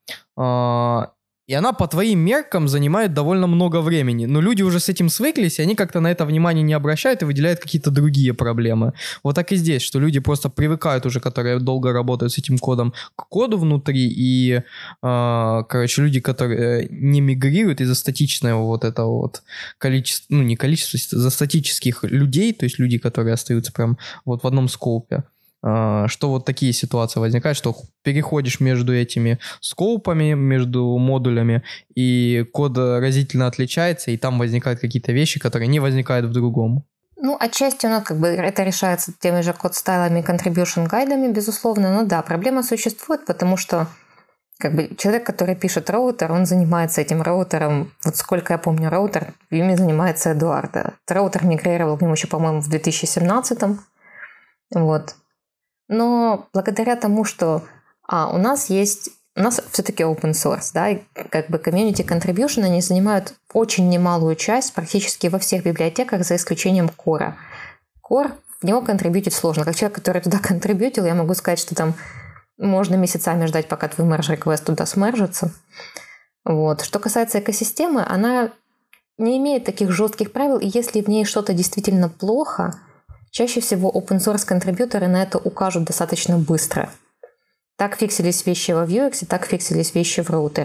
да, и она по твоим меркам занимает довольно много времени. Но люди уже с этим свыклись, и они как-то на это внимание не обращают и выделяют какие-то другие проблемы. Вот так и здесь, что люди просто привыкают уже, которые долго работают с этим кодом, к коду внутри, и, э, короче, люди, которые не мигрируют из-за статичного вот этого вот количества, ну, не количества, из-за статических людей, то есть люди, которые остаются прям вот в одном скопе, что вот такие ситуации возникают, что переходишь между этими скоупами, между модулями, и код разительно отличается, и там возникают какие-то вещи, которые не возникают в другом. Ну, отчасти у нас как бы это решается теми же код-стайлами, contribution-гайдами, безусловно, но да, проблема существует, потому что как бы человек, который пишет роутер, он занимается этим роутером, вот сколько я помню, роутер, ими занимается Эдуард. Роутер мигрировал к нему еще, по-моему, в две тысячи семнадцатом, вот. Но благодаря тому, что а, у нас есть, у нас все-таки open source, да, и как бы community contribution, они занимают очень немалую часть практически во всех библиотеках, за исключением Core. Core, в него контрибьютить сложно. Как человек, который туда контрибьютил, я могу сказать, что там можно месяцами ждать, пока твой merge request туда смержится. Вот. Что касается экосистемы, она не имеет таких жестких правил, и если в ней что-то действительно плохо, чаще всего open-source контрибьюторы на это укажут достаточно быстро. Так фиксились вещи во Vuex, так фиксились вещи в роутере.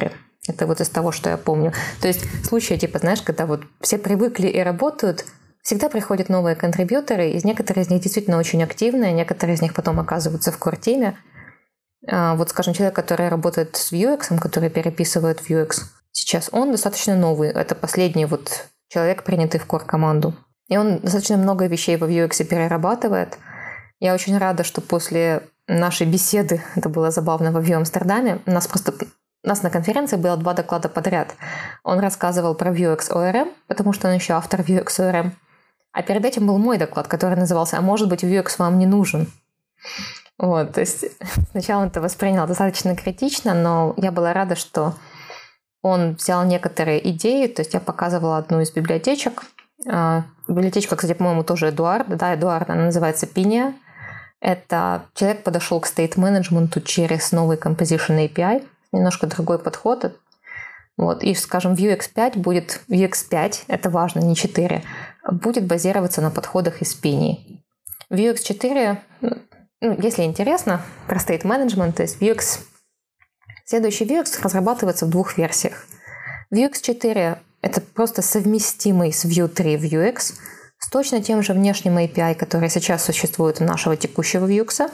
Это вот из того, что я помню. То есть случаи, типа, знаешь, когда вот все привыкли и работают, всегда приходят новые контрибьюторы, и некоторые из них действительно очень активные, некоторые из них потом оказываются в core-теме. Вот, скажем, человек, который работает с ю экс, который переписывает в ю экс сейчас, он достаточно новый. Это последний вот человек, принятый в core-команду. И он достаточно много вещей во ю экс перерабатывает. Я очень рада, что после нашей беседы, это было забавно, во Vue Амстердаме, у нас просто у нас на конференции было два доклада подряд. Он рассказывал про Vuex о эр эм, потому что он еще автор Vuex о эр эм. А перед этим был мой доклад, который назывался «А может быть, Vuex вам не нужен?». Вот, то есть сначала он это воспринял достаточно критично, но я была рада, что он взял некоторые идеи, то есть я показывала одну из библиотечек. Библиотечка, кстати, по-моему, тоже Эдуард, да, Эдуард, она называется Pinia. Это человек подошел к стейт-менеджменту через новый Composition эй пи ай, немножко другой подход. Вот. И, скажем, Vuex пять будет, Vuex пять, это важно, не четыре, будет базироваться на подходах из Pinia. Vuex четыре, ну, если интересно, про стейт-менеджмент, то есть Vuex, следующий Vuex разрабатывается в двух версиях. Vuex четыре — это просто совместимый с Vue три Vuex, с точно тем же внешним эй пи ай, который сейчас существует у нашего текущего Vuex.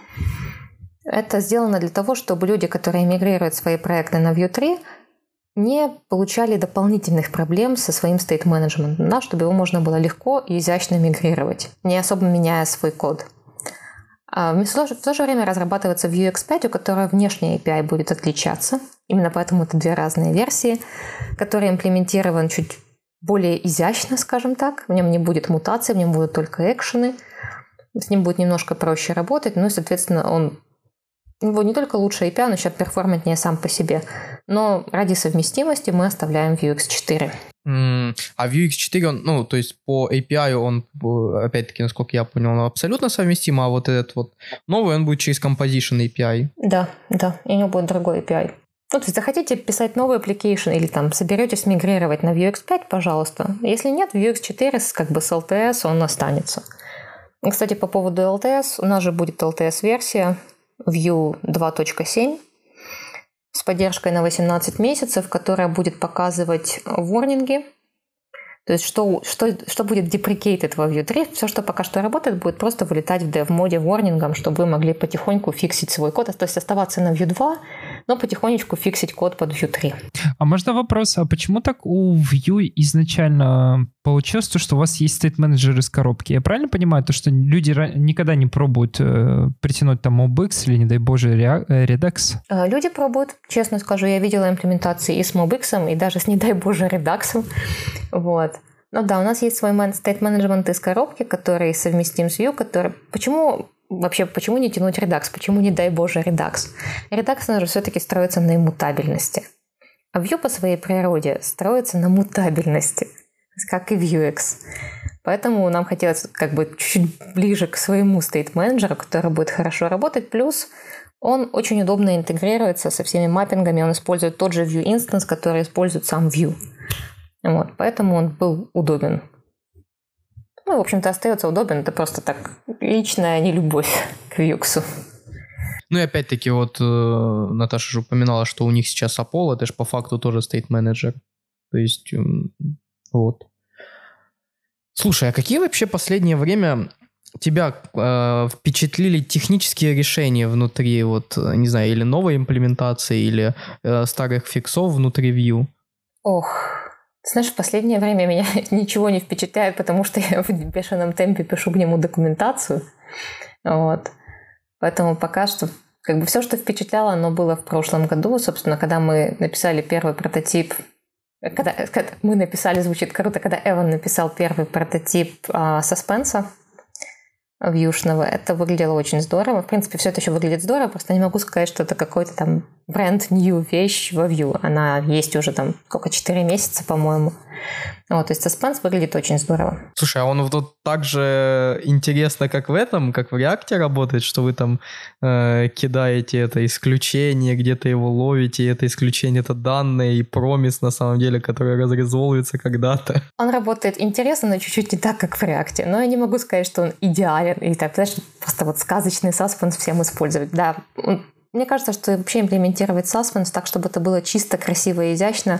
Это сделано для того, чтобы люди, которые мигрируют свои проекты на Vue три, не получали дополнительных проблем со своим стейт-менеджментом, да, чтобы его можно было легко и изящно мигрировать, не особо меняя свой код. А в то же время разрабатывается Vuex пять, у которой внешний эй пи ай будет отличаться. Именно поэтому это две разные версии, которые имплементирован чуть более изящно, скажем так. В нем не будет мутаций, в нем будут только экшены. С ним будет немножко проще работать, ну и, соответственно, он у него не только лучше эй пи ай, он еще перформантнее сам по себе. Но ради совместимости мы оставляем Vuex четыре. Mm, а Vuex четыре, он, ну, то есть по эй пи ай он, опять-таки, насколько я понял, он абсолютно совместим, а вот этот вот новый, он будет через Composition эй пи ай. Да, да, и у него будет другой эй пи ай. Ну, то есть захотите писать новый application или там соберетесь мигрировать на Vuex пять, пожалуйста. Если нет, Vuex четыре как бы с эл ти эс он останется. И, кстати, по поводу эл ти эс, у нас же будет эл ти эс-версия Vue два точка семь с поддержкой на восемнадцать месяцев, которая будет показывать ворнинги. То есть что, что, что будет deprecated во Vue три, все, что пока что работает, будет просто вылетать в dev-моде ворнингом, чтобы вы могли потихоньку фиксить свой код, то есть оставаться на Vue два, но потихонечку фиксить код под Vue три. А можно вопрос, а почему так у Vue изначально получилось то, что у вас есть стейт-менеджер из коробки? Я правильно понимаю, то, что люди никогда не пробуют э, притянуть там MobX или, не дай боже, Redux? Люди пробуют, честно скажу, я видела имплементации и с MobX, и даже с, не дай боже, Redux. Вот. Ну да, у нас есть свой стейт-менеджмент из коробки, который совместим с Vue, который... Почему вообще, почему не тянуть Redux? Почему, не дай боже, Redux? Redux, он же все-таки строится на иммутабельности. А Vue по своей природе строится на мутабельности, как и Vuex. Поэтому нам хотелось как бы чуть ближе к своему стейт-менеджеру, который будет хорошо работать. Плюс он очень удобно интегрируется со всеми маппингами. Он использует тот же Vue инстанс, который использует сам Vue. Вот, поэтому он был удобен. Ну, в общем-то, остается удобен. Это просто так личная нелюбовь к Vuex. Ну и опять-таки вот э, Наташа же упоминала, что у них сейчас Apollo, это же по факту тоже стейт-менеджер. То есть, э, вот. Слушай, а какие вообще последнее время тебя э, впечатлили технические решения внутри, вот, не знаю, или новой имплементации, или э, старых фиксов внутри Vue? Ох... Знаешь, в последнее время меня ничего не впечатляет, потому что я в бешеном темпе пишу к нему документацию. Вот. Поэтому пока что как бы все, что впечатляло, оно было в прошлом году. Собственно, когда мы написали первый прототип, когда, когда мы написали, звучит круто, когда Эван написал первый прототип а, Suspense вьюшного, это выглядело очень здорово. В принципе, все это еще выглядит здорово, просто не могу сказать, что это какой-то там бренд-нью вещь во Vue. Она есть уже там сколько, четыре месяца, по-моему. Вот, то есть Suspense выглядит очень здорово. Слушай, а он вот так же интересно, как в этом, как в React работает, что вы там э, кидаете это исключение, где-то его ловите, и это исключение — это данные и промис, на самом деле, который разрезолвится когда-то. Он работает интересно, но чуть-чуть не так, как в React. Но я не могу сказать, что он идеален. И так, знаешь, просто вот сказочный Suspense всем использовать. Да, он мне кажется, что вообще имплементировать Suspense так, чтобы это было чисто, красиво и изящно,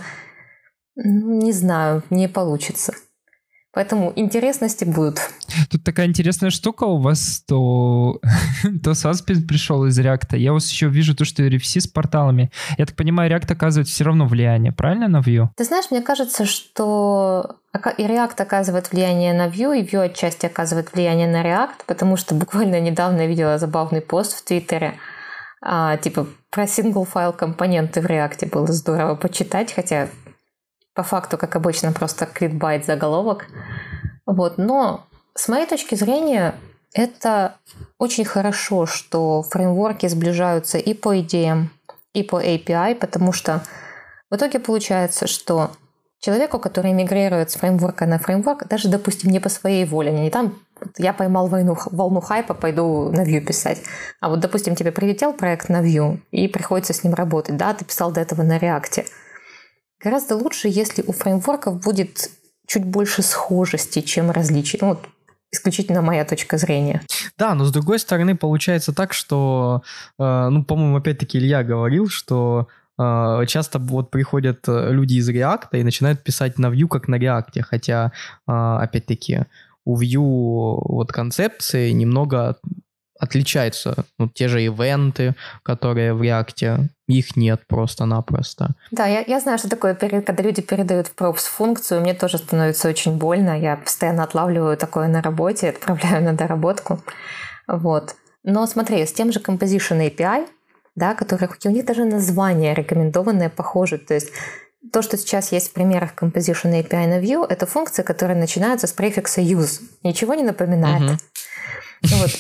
ну, не знаю, не получится. Поэтому интересности будут. Тут такая интересная штука у вас, то, то Suspense пришел из React. Я у вас еще вижу то, что эр эф си с порталами. Я так понимаю, React оказывает все равно влияние, правильно, на Vue? Ты знаешь, мне кажется, что и React оказывает влияние на Vue, и Vue отчасти оказывает влияние на React, потому что буквально недавно я видела забавный пост в Твиттере, а, типа про single-файл компоненты в React было здорово почитать, хотя по факту, как обычно, просто кликбайт заголовок. Вот. Но с моей точки зрения, это очень хорошо, что фреймворки сближаются и по идеям, и по эй пи ай, потому что в итоге получается, что человеку, который мигрирует с фреймворка на фреймворк, даже, допустим, не по своей воле, не там я поймал войну, волну хайпа, пойду на Vue писать. А вот, допустим, тебе прилетел проект на Vue, и приходится с ним работать. Да, ты писал до этого на React. Гораздо лучше, если у фреймворков будет чуть больше схожести, чем различий. Ну, вот исключительно моя точка зрения. Да, но с другой стороны получается так, что, э, ну, по-моему, опять-таки Илья говорил, что э, часто вот приходят люди из React и начинают писать на Vue как на React, хотя, э, опять-таки, у Vue вот концепции немного отличаются. Ну, те же ивенты, которые в React, их нет просто-напросто. Да, я, я знаю, что такое, когда люди передают в пропс функцию, мне тоже становится очень больно. Я постоянно отлавливаю такое на работе, отправляю на доработку. Вот. Но смотри, с тем же Composition эй пи ай, да, который, у них даже название рекомендованное похоже. То есть то, что сейчас есть в примерах Composition эй пи ай на Vue, это функции, которые начинаются с префикса use. Ничего не напоминает. Uh-huh. Вот.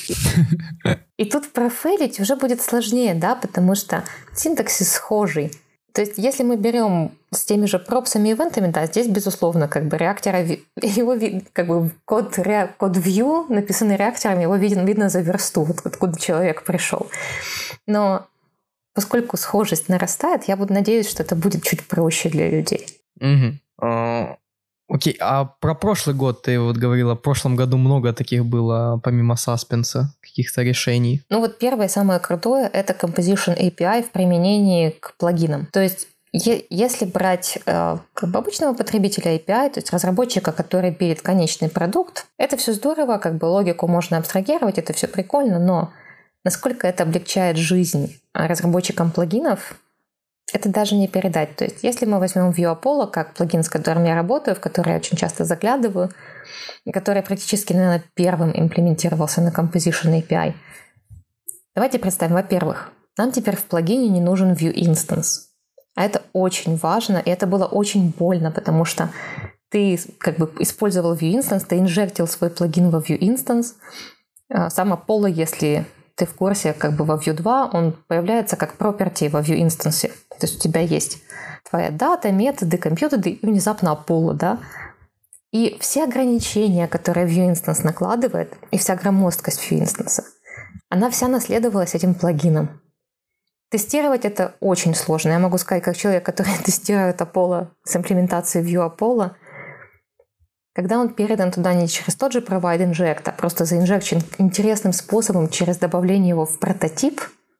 И тут профейлить уже будет сложнее, да, потому что синтаксис схожий. То есть, если мы берем с теми же пропсами и ивентами, да, здесь, безусловно, как бы реактора, его как бы код, код Vue, написанный реактором, его видно, видно за версту, вот откуда человек пришел. Но поскольку схожесть нарастает, я буду надеяться, что это будет чуть проще для людей. Угу. Окей, а про прошлый год ты вот говорила, в прошлом году много таких было, помимо Suspense, каких-то решений. Ну вот первое, самое крутое, это Composition эй пи ай в применении к плагинам. То есть е- если брать э, как бы обычного потребителя эй пи ай, то есть разработчика, который пилит конечный продукт, это все здорово, как бы логику можно абстрагировать, это все прикольно, но насколько это облегчает жизнь разработчикам плагинов, это даже не передать. То есть, если мы возьмем Vue Apollo, как плагин, с которым я работаю, в который я очень часто заглядываю, и который практически, наверное, первым имплементировался на Composition эй пи ай. Давайте представим, во-первых, нам теперь в плагине не нужен Vue Instance. А это очень важно, и это было очень больно, потому что ты как бы использовал Vue Instance, ты инжектил свой плагин во Vue Instance. Сам Apollo, если ты в курсе, как бы во Vue два, он появляется как property во Vue Instance. То есть у тебя есть твоя дата, методы, компьютеры и внезапно Apollo, да? И все ограничения, которые Vue Instance накладывает, и вся громоздкость Vue Instance, она вся наследовалась этим плагином. Тестировать это очень сложно. Я могу сказать, как человек, который тестирует Apollo с имплементацией Vue Apollo, когда он передан туда не через тот же provide inject, а просто заинжекчен интересным способом через добавление его в прототип,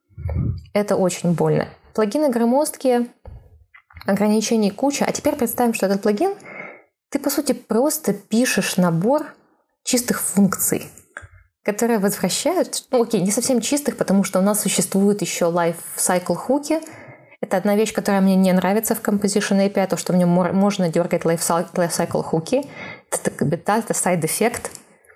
это очень больно. Плагины громоздкие, ограничений куча. А теперь представим, что этот плагин, ты, по сути, просто пишешь набор чистых функций, которые возвращают, ну окей, не совсем чистых, потому что у нас существуют еще lifecycle хуки. Это одна вещь, которая мне не нравится в Composition эй пи ай, то, что в нем можно дергать lifecycle хуки. Это как бы да, это сайд-эффект.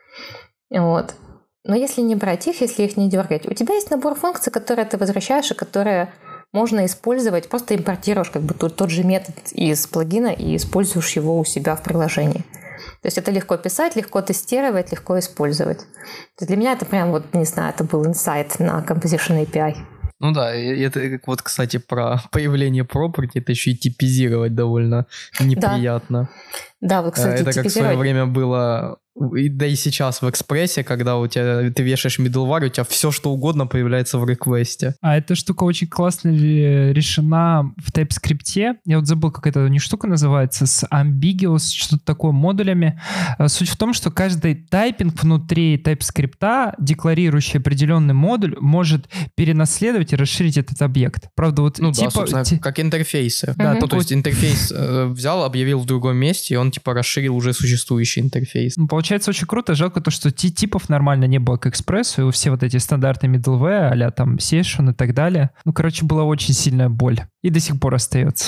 Вот. Но если не брать их, если их не дергать, у тебя есть набор функций, которые ты возвращаешь, и которые можно использовать. Просто импортируешь как бы тот, тот же метод из плагина и используешь его у себя в приложении. То есть это легко писать, легко тестировать, легко использовать. То есть для меня это прям, вот, не знаю, это был инсайт на Composition эй пи ай. Ну да, это вот, кстати, про появление property, это еще и типизировать довольно неприятно. Да, да вот, кстати, это типизировать. как в свое время было И, да и сейчас в экспрессе, когда у тебя ты вешаешь middleware, у тебя все что угодно появляется в реквесте. А эта штука очень классно решена в TypeScript. Я вот забыл, как эта не штука называется, с ambiguous, что-то такое, модулями. Суть в том, что каждый тайпинг внутри TypeScript, декларирующий определенный модуль, может перенаследовать и расширить этот объект. Правда, вот ну типа... да, собственно, ти... как интерфейсы. Да, ну, то, то есть интерфейс э, взял, объявил в другом месте, и он типа расширил уже существующий интерфейс. Ну, получается очень круто. Жалко то, что типов нормально не было к экспрессу, и все вот эти стандартные middleware, а-ля там session и так далее. Ну, короче, была очень сильная боль. И до сих пор остается.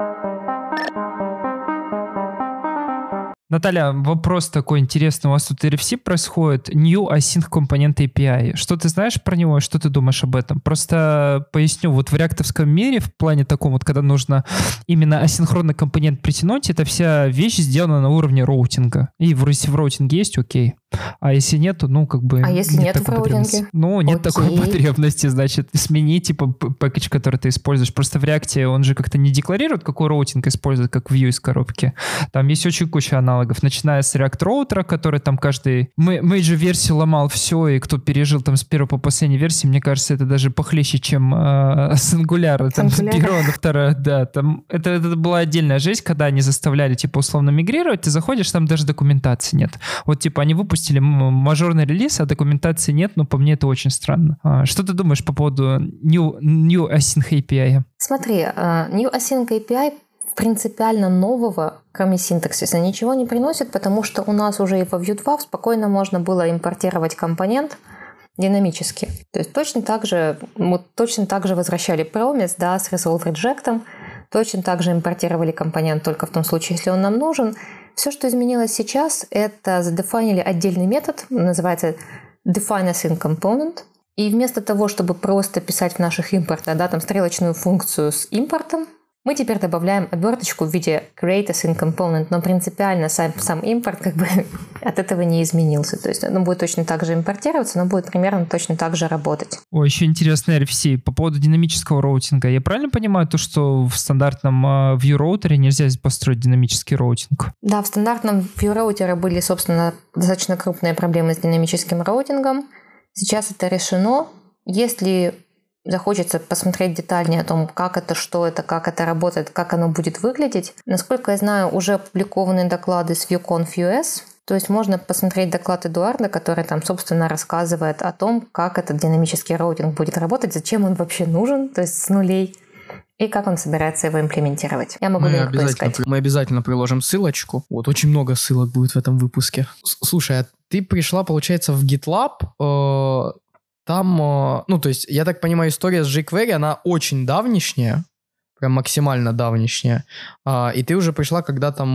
Наталья, вопрос такой интересный. У вас тут эр эф си происходит, New Async Component эй пи ай. Что ты знаешь про него, что ты думаешь об этом? Просто поясню, вот в реактовском мире, в плане таком вот, когда нужно именно асинхронный компонент притянуть, эта вся вещь сделана на уровне роутинга. И в, если в роутинге есть, окей. А если нету, ну, как бы... А если нет, нет в роутинге? Ну, нет окей. такой потребности, значит, смени, типа, пакетч, который ты используешь. Просто в реакте он же как-то не декларирует, какой роутинг использует, как view из коробки. Там есть очень куча аналогов, начиная с React роутера, который там каждый мейджор-версию ломал все, и кто пережил там с первой по последней версии, мне кажется, это даже похлеще, чем э, с Angular. Там с первого на второе, да. Там, это, это была отдельная жизнь, когда они заставляли, типа, условно мигрировать, ты заходишь, там даже документации нет. Вот, типа, они выпустили мажорный релиз, а документации нет, но по мне это очень странно. А, что ты думаешь по поводу New, New Async эй пи ай? Смотри, uh, New Async эй пи ай принципиально нового, кроме синтаксиса, ничего не приносит, потому что у нас уже и во Vue два спокойно можно было импортировать компонент динамически. То есть точно так же, мы точно так же возвращали promise, да, с resolve reject, точно так же импортировали компонент только в том случае, если он нам нужен. Все, что изменилось сейчас, это задефайнили отдельный метод, называется define async component. И вместо того, чтобы просто писать в наших импортах, да, там стрелочную функцию с импортом, мы теперь добавляем оберточку в виде create async component, но принципиально сам, сам импорт как бы от этого не изменился. То есть он будет точно так же импортироваться, но будет примерно точно так же работать. О, еще интересный эр эф си по поводу динамического роутинга. Я правильно понимаю то, что в стандартном uh, Vue роутере нельзя построить динамический роутинг? Да, в стандартном Vue роутере были, собственно, достаточно крупные проблемы с динамическим роутингом. Сейчас это решено. Если захочется посмотреть детальнее о том, как это, что это, как это работает, как оно будет выглядеть. Насколько я знаю, уже опубликованы доклады с VueConf.us, то есть можно посмотреть доклад Эдуарда, который там, собственно, рассказывает о том, как этот динамический роутинг будет работать, зачем он вообще нужен, то есть с нулей, и как он собирается его имплементировать. Я могу линк поискать. Мы обязательно приложим ссылочку. Вот, очень много ссылок будет в этом выпуске. Слушай, а ты пришла, получается, в GitLab... Э- Там, ну, то есть, я так понимаю, история с jQuery, она очень давнишняя, прям максимально давнишняя, и ты уже пришла, когда там,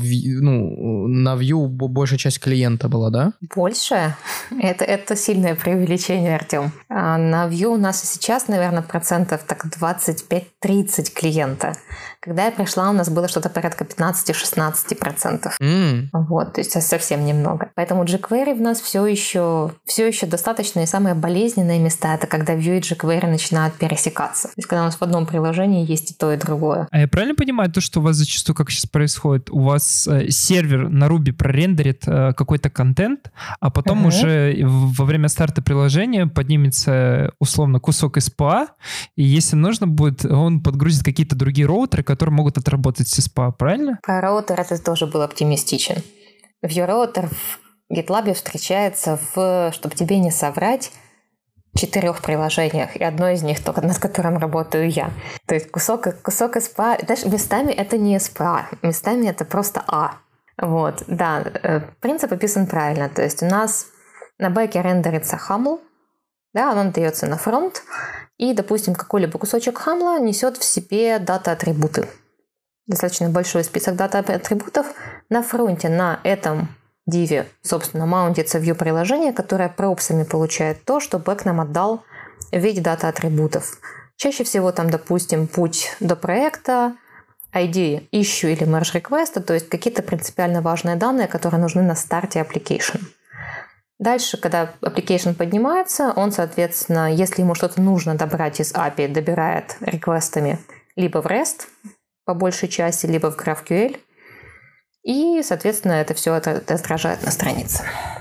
ну, на Vue большая часть клиента была, да? Больше? Это, это сильное преувеличение, Артем. На Vue у нас и сейчас, наверное, процентов так двадцать пять тридцать клиента. Когда я пришла, у нас было что-то порядка пятнадцать-шестнадцать процентов. Mm. Вот, то есть совсем немного. Поэтому jQuery в нас все еще, все еще достаточно, и самые болезненные места — это когда Vue и jQuery начинают пересекаться. То есть когда у нас в одном приложении есть и то, и другое. А я правильно понимаю то, что у вас зачастую, как сейчас происходит, у вас э, сервер на Ruby прорендерит э, какой-то контент, а потом uh-huh. уже во время старта приложения поднимется условно кусок эс пи эй, и если нужно будет, он подгрузит какие-то другие роутеры, которые могут отработать с эс пи эй, правильно? Про роутер это тоже был оптимистичен. Vue роутер в GitLab встречается в, чтобы тебе не соврать, четырех приложениях, и одно из них только над которым работаю я. То есть кусок, кусок эс пи эй, знаешь, местами это не эс пи эй, местами это просто А. Вот, да, принцип описан правильно. То есть у нас на бэке рендерится хамл, да, он дается на фронт, и, допустим, какой-либо кусочек хамла несет в себе дата-атрибуты. Достаточно большой список дата-атрибутов. На фронте на этом диве, собственно, маунтится view приложение, которое пропсами получает то, что бэк нам отдал в виде дата-атрибутов. Чаще всего там, допустим, путь до проекта, ай ди issue или merge request, то есть какие-то принципиально важные данные, которые нужны на старте application. Дальше, когда application поднимается, он, соответственно, если ему что-то нужно добрать из эй пи ай, добирает реквестами либо в REST, по большей части, либо в GraphQL. И, соответственно, это все отражает на странице.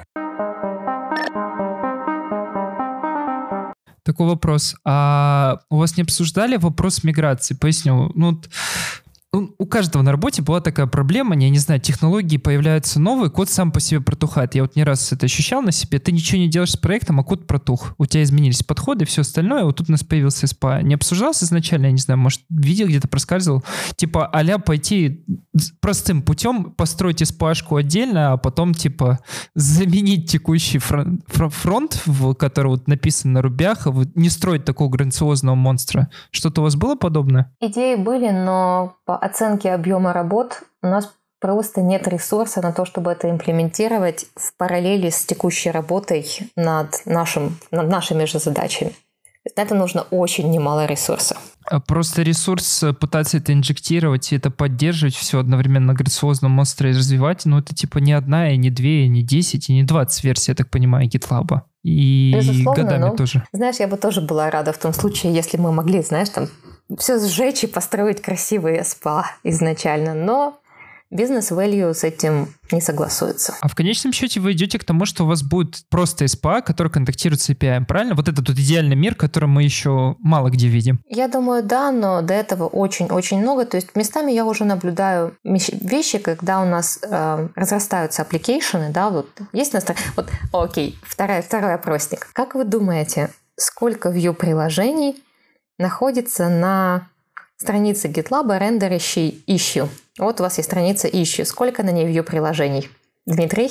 Такой вопрос. А у вас не обсуждали вопрос миграции? Поясню. Ну, у каждого на работе была такая проблема, я не знаю, технологии появляются новые, код сам по себе протухает. Я вот не раз это ощущал на себе. Ты ничего не делаешь с проектом, а код протух. У тебя изменились подходы, все остальное. Вот тут у нас появился эс пи эй. Не обсуждался изначально, я не знаю, может, видел, где-то проскальзывал. Типа а-ля пойти простым путем, построить эс пи эй-шку отдельно, а потом типа заменить текущий фронт, фронт в который вот написан на рубях, не строить такого грандиозного монстра. Что-то у вас было подобное? Идеи были, но по оценке объема работ у нас просто нет ресурса на то, чтобы это имплементировать в параллели с текущей работой над, нашим, над нашими же задачами. На это нужно очень немало ресурса. Просто ресурс пытаться это инжектировать и это поддерживать все одновременно грациозно монстра и развивать, но это типа не одна, и не две, и не десять, и не двадцать версий, я так понимаю, GitLab. И безусловно, годами но, тоже. Знаешь, я бы тоже была рада в том случае, если мы могли, знаешь, там все сжечь и построить красивый эс пи эй изначально, но бизнес-value с этим не согласуется. А в конечном счете вы идете к тому, что у вас будет просто эс пи эй, который контактирует с эй пи ай, правильно? Вот это тот идеальный мир, который мы еще мало где видим. Я думаю, да, но до этого очень-очень много. То есть местами я уже наблюдаю вещи, когда у нас э, разрастаются аппликейшены, да, вот есть на стороне... Вот, окей, второй, второй опросник. Как вы думаете, сколько view-приложений находится на странице GitLab, рендерящей issue? Вот у вас есть страница issue. Сколько на ней view-приложений? Дмитрий?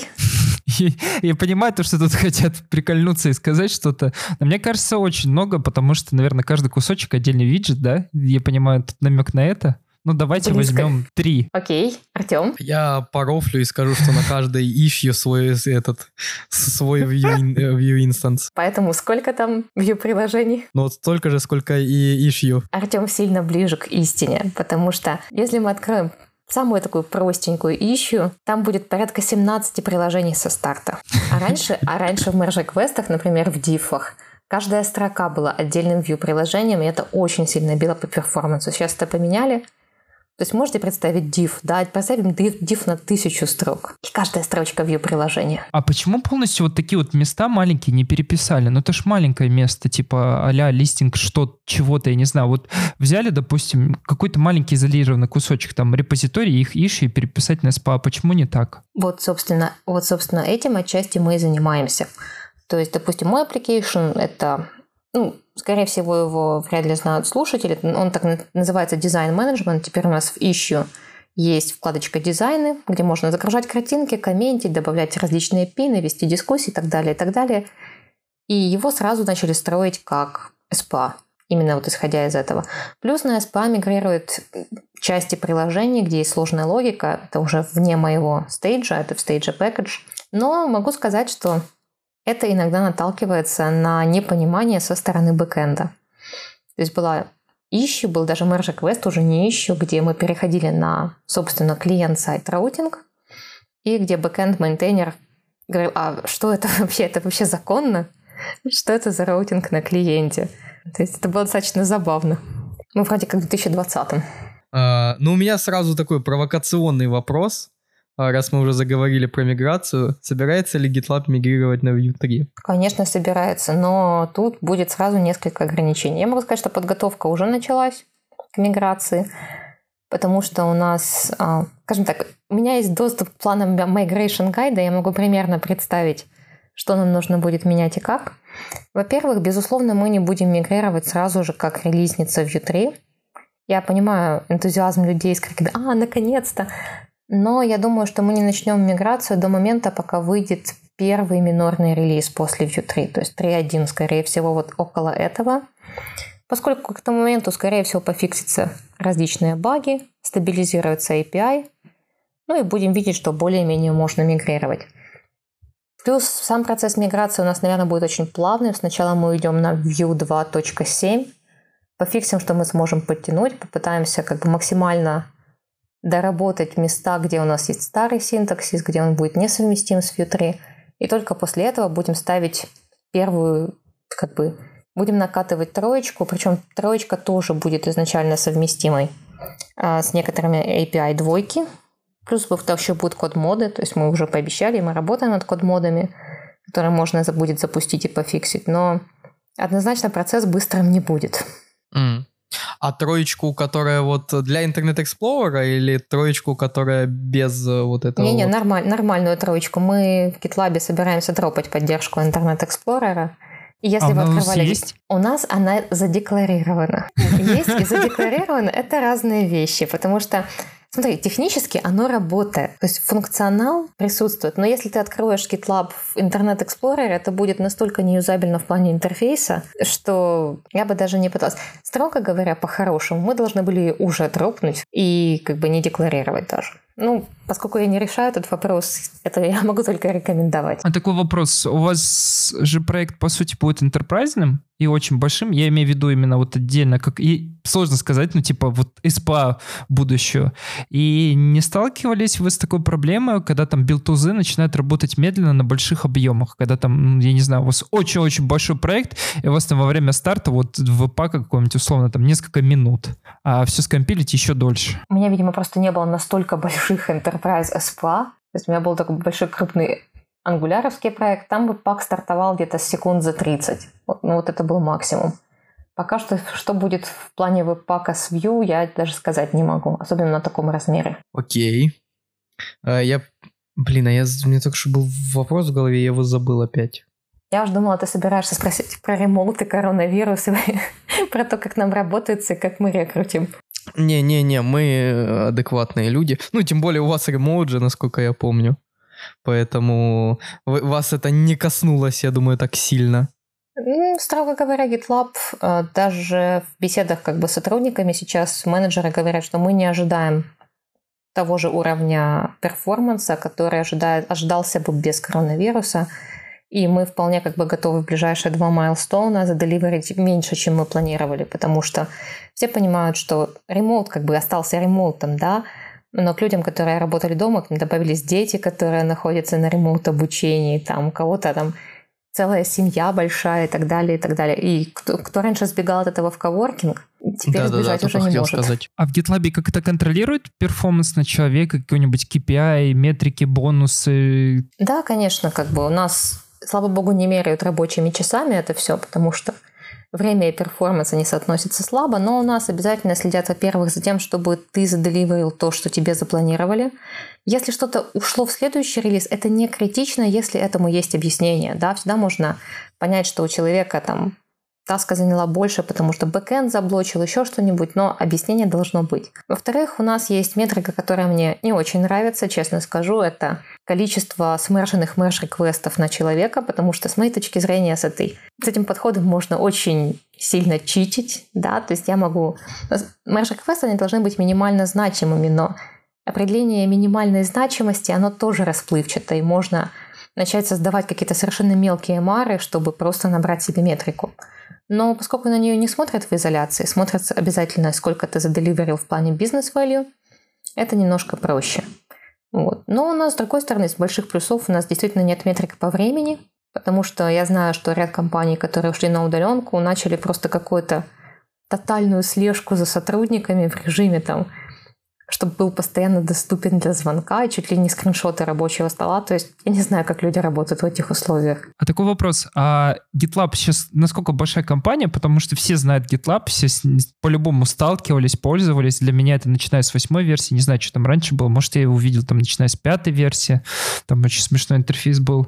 Я понимаю то, что тут хотят прикольнуться и сказать что-то. Но мне кажется, очень много, потому что, наверное, каждый кусочек отдельный виджет, да? Я понимаю, тут намек на это. Ну, давайте близко. Возьмем три. Окей. Артем? Я порофлю и скажу, что на каждой issue свой этот свой view instance. Поэтому сколько там view приложений? Ну, вот столько же, сколько и issue. Артем сильно ближе к истине, потому что если мы откроем самую такую простенькую issue, там будет порядка семнадцать приложений со старта. А раньше, а раньше в merge-квестах, например, в диффах, каждая строка была отдельным view-приложением, и это очень сильно било по перформансу. Сейчас это поменяли. То есть можете представить div, да, представим div, div на тысячу строк. И каждая строчка view-приложения. А почему полностью вот такие вот места маленькие не переписали? Ну это ж маленькое место, типа а-ля листинг что чего-то, я не знаю. Вот взяли, допустим, какой-то маленький изолированный кусочек там репозиторий, их issue и переписать на эс пи эй. Почему не так? Вот, собственно, вот, собственно, этим отчасти мы и занимаемся. То есть, допустим, мой application — это... Ну, скорее всего, его вряд ли знают слушатели. Он так называется дизайн-менеджмент. Теперь у нас в issue есть вкладочка «Дизайны», где можно загружать картинки, комментить, добавлять различные пины, вести дискуссии и так далее, и так далее. И его сразу начали строить как эс пи эй, именно вот исходя из этого. Плюс на эс пи эй мигрируют части приложений, где есть сложная логика. Это уже вне моего стейджа, это в стейдже package. Но могу сказать, что это иногда наталкивается на непонимание со стороны бэкэнда. То есть была issue, был даже merge request, уже не issue, где мы переходили на, собственно, клиент-сайт раутинг, и где бэкэнд-мейнтейнер говорил, а что это вообще? Это вообще законно? Что это за раутинг на клиенте? То есть это было достаточно забавно. Мы вроде как в две тысячи двадцатом. А, ну, у меня сразу такой провокационный вопрос. Раз мы уже заговорили про миграцию, собирается ли GitLab мигрировать на Vue три? Конечно, собирается, но тут будет сразу несколько ограничений. Я могу сказать, что подготовка уже началась к миграции, потому что у нас, скажем так, у меня есть доступ к планам Migration Guide, я могу примерно представить, что нам нужно будет менять и как. Во-первых, безусловно, мы не будем мигрировать сразу же, как релизница Vue три. Я понимаю энтузиазм людей с криками «А, наконец-то!», но я думаю, что мы не начнем миграцию до момента, пока выйдет первый минорный релиз после Vue три, то есть три точка один, скорее всего, вот около этого. Поскольку к тому моменту, скорее всего, пофиксятся различные баги, стабилизируется эй пи ай, ну и будем видеть, что более-менее можно мигрировать. Плюс сам процесс миграции у нас, наверное, будет очень плавным. Сначала мы уйдем на Vue два точка семь, пофиксим, что мы сможем подтянуть, попытаемся как бы максимально доработать места, где у нас есть старый синтаксис, где он будет несовместим с Vue три. И только после этого будем ставить первую, как бы, будем накатывать троечку, причем троечка тоже будет изначально совместимой а, с некоторыми эй пи ай двойки. Плюс еще будут код-моды, то есть мы уже пообещали, мы работаем над код-модами, которые можно будет запустить и пофиксить, но однозначно процесс быстрым не будет. Mm. А троечку, которая вот для Internet Explorer или троечку, которая без вот этого? Не-не, вот... нормаль, нормальную троечку. Мы в GitLab собираемся дропать поддержку Internet Explorer. И если а вы у нас открывали... есть? У нас она задекларирована. Есть и задекларирована. Это разные вещи, потому что смотри, технически оно работает, то есть функционал присутствует, но если ты откроешь GitLab в Internet Explorer, это будет настолько неюзабельно в плане интерфейса, что я бы даже не пыталась. Строго говоря, по-хорошему, мы должны были уже дропнуть и как бы не декларировать даже. Ну, поскольку я не решаю этот вопрос, это я могу только рекомендовать. А такой вопрос. У вас же проект, по сути, будет энтерпрайзным и очень большим. Я имею в виду именно вот отдельно, как и сложно сказать, ну, типа вот эс пи эй будущего. И не сталкивались вы с такой проблемой, когда там билд-тузы начинают работать медленно на больших объемах, когда там, я не знаю, у вас очень-очень большой проект, и у вас там во время старта вот в ВП какой-нибудь условно там несколько минут, а все скомпилить еще дольше. У меня, видимо, просто не было настолько больших enterprise эс пи эй. То есть у меня был такой большой крупный ангуляровский проект, там бы пак стартовал где-то секунд за тридцать. Вот, ну вот это был максимум. Пока что, что будет в плане веб-пака с Vue, я даже сказать не могу, особенно на таком размере. Окей. А, я, блин, а я, у меня только что был вопрос в голове, я его забыл опять. Я уже думала, ты собираешься спросить про ремоут и коронавирус, и про то, как нам работается и как мы рекрутим. Не-не-не, мы адекватные люди. Ну, тем более у вас ремоут же, насколько я помню. Поэтому вас это не коснулось, я думаю, так сильно. Строго говоря, GitLab, даже в беседах как бы с сотрудниками сейчас менеджеры говорят, что мы не ожидаем того же уровня перформанса, который ожидает, ожидался бы без коронавируса. И мы вполне как бы готовы в ближайшие два майлстоуна заделиверить меньше, чем мы планировали, потому что все понимают, что ремоут как бы остался ремоутом, да, но к людям, которые работали дома, к ним добавились дети, которые находятся на ремоут обучении, там у кого-то там целая семья большая и так далее, и так далее. И кто, кто раньше сбегал от этого в коворкинг, теперь да, сбежать да, да, уже не может. Сказать. А в GitLab как это контролирует перформанс на человека, какой-нибудь кей пи ай, метрики, бонусы? Да, конечно, как бы у нас, слава богу, не меряют рабочими часами это все, потому что время и перформанс, они соотносятся слабо, но у нас обязательно следят, во-первых, за тем, чтобы ты заделиверил то, что тебе запланировали. Если что-то ушло в следующий релиз, это не критично, если этому есть объяснение. Да? Всегда можно понять, что у человека там таска заняла больше, потому что бэкэнд заблочил, еще что-нибудь, но объяснение должно быть. Во-вторых, у нас есть метрика, которая мне не очень нравится, честно скажу, это количество смерженных мерж-реквестов на человека, потому что с моей точки зрения с, этой, с этим подходом можно очень сильно читить, да, то есть я могу... Мерж-реквесты, они должны быть минимально значимыми, но определение минимальной значимости, оно тоже расплывчато, и можно начать создавать какие-то совершенно мелкие мары, чтобы просто набрать себе метрику. Но поскольку на нее не смотрят в изоляции, смотрят обязательно, сколько ты заделиверил в плане бизнес-value, это немножко проще. Вот. Но у нас, с другой стороны, из больших плюсов у нас действительно нет метрик по времени, потому что я знаю, что ряд компаний, которые ушли на удаленку, начали просто какую-то тотальную слежку за сотрудниками в режиме там, чтобы был постоянно доступен для звонка и чуть ли не скриншоты рабочего стола. То есть я не знаю, как люди работают в этих условиях. А такой вопрос. А GitLab сейчас насколько большая компания? Потому что все знают GitLab, все с, по-любому сталкивались, пользовались. Для меня это начиная с восьмой версии. Не знаю, что там раньше было. Может, я его увидел там начиная с пятой версии. Там очень смешной интерфейс был.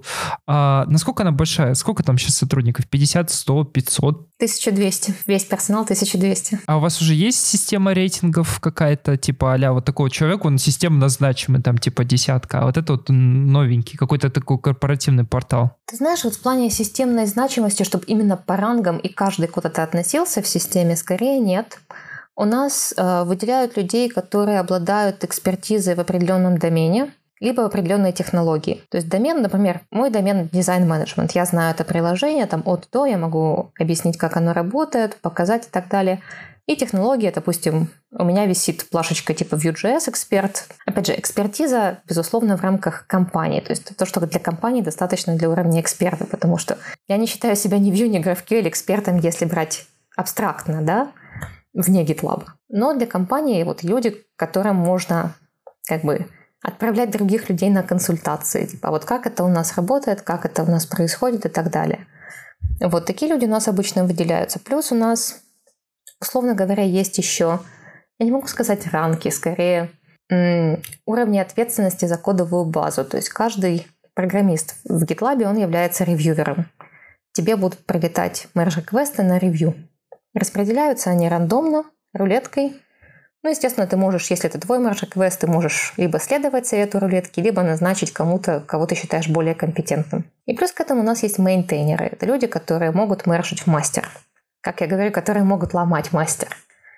А насколько она большая? Сколько там сейчас сотрудников? пятьдесят, сто, пятьсот? тысяча двести. Весь персонал тысяча двести. А у вас уже есть система рейтингов какая-то, типа а-ля вот такого человека, он системно значимый, там типа десятка, а вот это вот новенький, какой-то такой корпоративный портал? Ты знаешь, вот в плане системной значимости, чтобы именно по рангам и каждый куда-то относился в системе, скорее нет. У нас э, выделяют людей, которые обладают экспертизой в определенном домене, либо в определенной технологии. То есть домен, например, мой домен дизайн-менеджмент. Я знаю это приложение, там от до, я могу объяснить, как оно работает, показать и так далее. И технология, допустим, у меня висит плашечка типа Vue.js эксперт. Опять же, экспертиза, безусловно, в рамках компании. То есть то, что для компании достаточно для уровня эксперта, потому что я не считаю себя ни Vue, ни GraphQL экспертом, если брать абстрактно, да, вне GitLab. Но для компании вот люди, которым можно как бы отправлять других людей на консультации. Типа, вот как это у нас работает, как это у нас происходит и так далее. Вот такие люди у нас обычно выделяются. Плюс у нас, условно говоря, есть еще, я не могу сказать ранки, скорее м- уровни ответственности за кодовую базу. То есть каждый программист в GitLab, он является ревьювером. Тебе будут прилетать мерж-реквесты на ревью. Распределяются они рандомно, рулеткой. Ну, естественно, ты можешь, если это твой мерж-реквест, ты можешь либо следовать совету рулетки, либо назначить кому-то, кого ты считаешь более компетентным. И плюс к этому у нас есть мейнтейнеры. Это люди, которые могут мержить в мастер. Как я говорю, которые могут ломать мастер.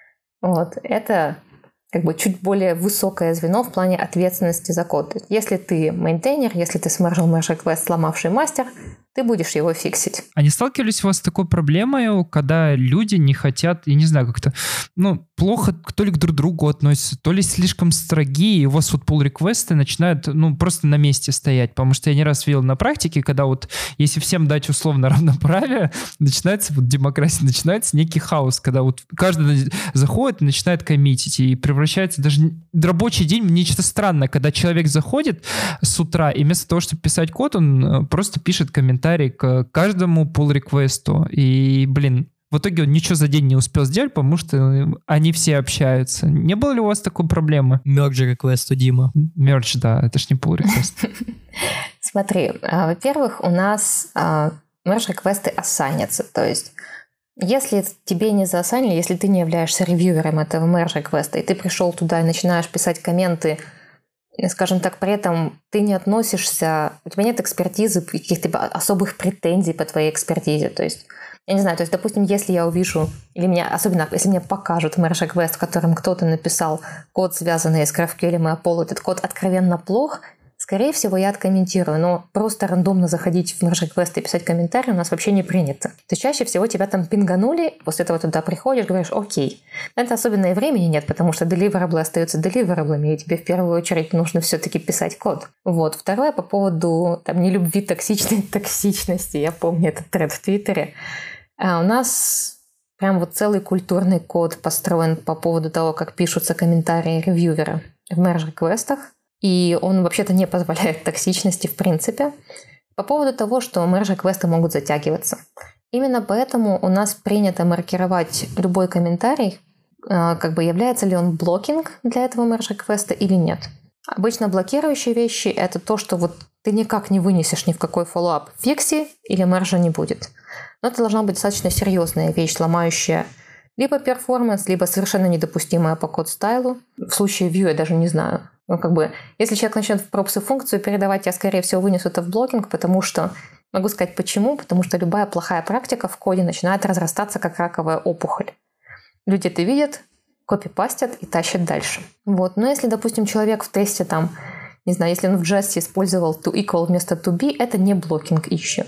Вот. Это как бы чуть более высокое звено в плане ответственности за код. Если ты мейнтейнер, если ты смержил мерж-реквест, сломавший мастер, ты будешь его фиксить. А не сталкивались у вас с такой проблемой, когда люди не хотят, я не знаю, как-то, ну, плохо то ли к друг другу относятся, то ли слишком строги, и у вас вот pull-реквесты начинают, ну, просто на месте стоять, потому что я не раз видел на практике, когда вот, если всем дать условно равноправие, начинается вот демократия, начинается некий хаос, когда вот каждый заходит и начинает коммитить, и превращается даже рабочий день в нечто странное, когда человек заходит с утра, и вместо того, чтобы писать код, он просто пишет комментарий к каждому pull-реквесту. И, блин, в итоге он ничего за день не успел сделать, потому что они все общаются. Не было ли у вас такой проблемы? Merge request у Дима. Merge, да, это ж не pull-реквест. Смотри, во-первых, у нас merge-реквесты ассайнятся. То есть, если тебе не заассайнили, если ты не являешься ревьюером этого merge-реквеста, и ты пришел туда и начинаешь писать комменты, скажем так, при этом ты не относишься, у тебя нет экспертизы, каких-то особых претензий по твоей экспертизе. То есть, я не знаю, то есть, допустим, если я увижу, или меня, особенно если мне покажут merge-реквест, в котором кто-то написал код, связанный с GraphQL и Apollo, этот код откровенно плох, скорее всего, я откомментирую, но просто рандомно заходить в merge-реквест и писать комментарий у нас вообще не принято. То есть чаще всего тебя там пинганули, после этого туда приходишь, говоришь, окей. Это особенно и времени нет, потому что deliverable остаются deliverable, и тебе в первую очередь нужно все-таки писать код. Вот. Второе, по поводу там, нелюбви, токсичной токсичности. Я помню этот тред в Твиттере. А у нас прям вот целый культурный код построен по поводу того, как пишутся комментарии ревьювера в merge-реквестах. И он вообще-то не позволяет токсичности в принципе. По поводу того, что merge-реквесты могут затягиваться. Именно поэтому у нас принято маркировать любой комментарий, как бы является ли он блокинг для этого merge-реквеста или нет. Обычно блокирующие вещи — это то, что вот ты никак не вынесешь ни в какой фоллоуап. Фикси или мержа не будет. Но это должна быть достаточно серьезная вещь, ломающая либо перформанс, либо совершенно недопустимая по код-стайлу. В случае view я даже не знаю. Ну, как бы, если человек начнет в пропсы функцию передавать, я, скорее всего, вынесу это в блокинг, потому что, могу сказать почему, потому что любая плохая практика в коде начинает разрастаться, как раковая опухоль. Люди это видят, копипастят и тащат дальше. Вот. Но если, допустим, человек в тесте, там, не знаю, если он в Jest использовал to equal вместо to be, это не блокинг issue.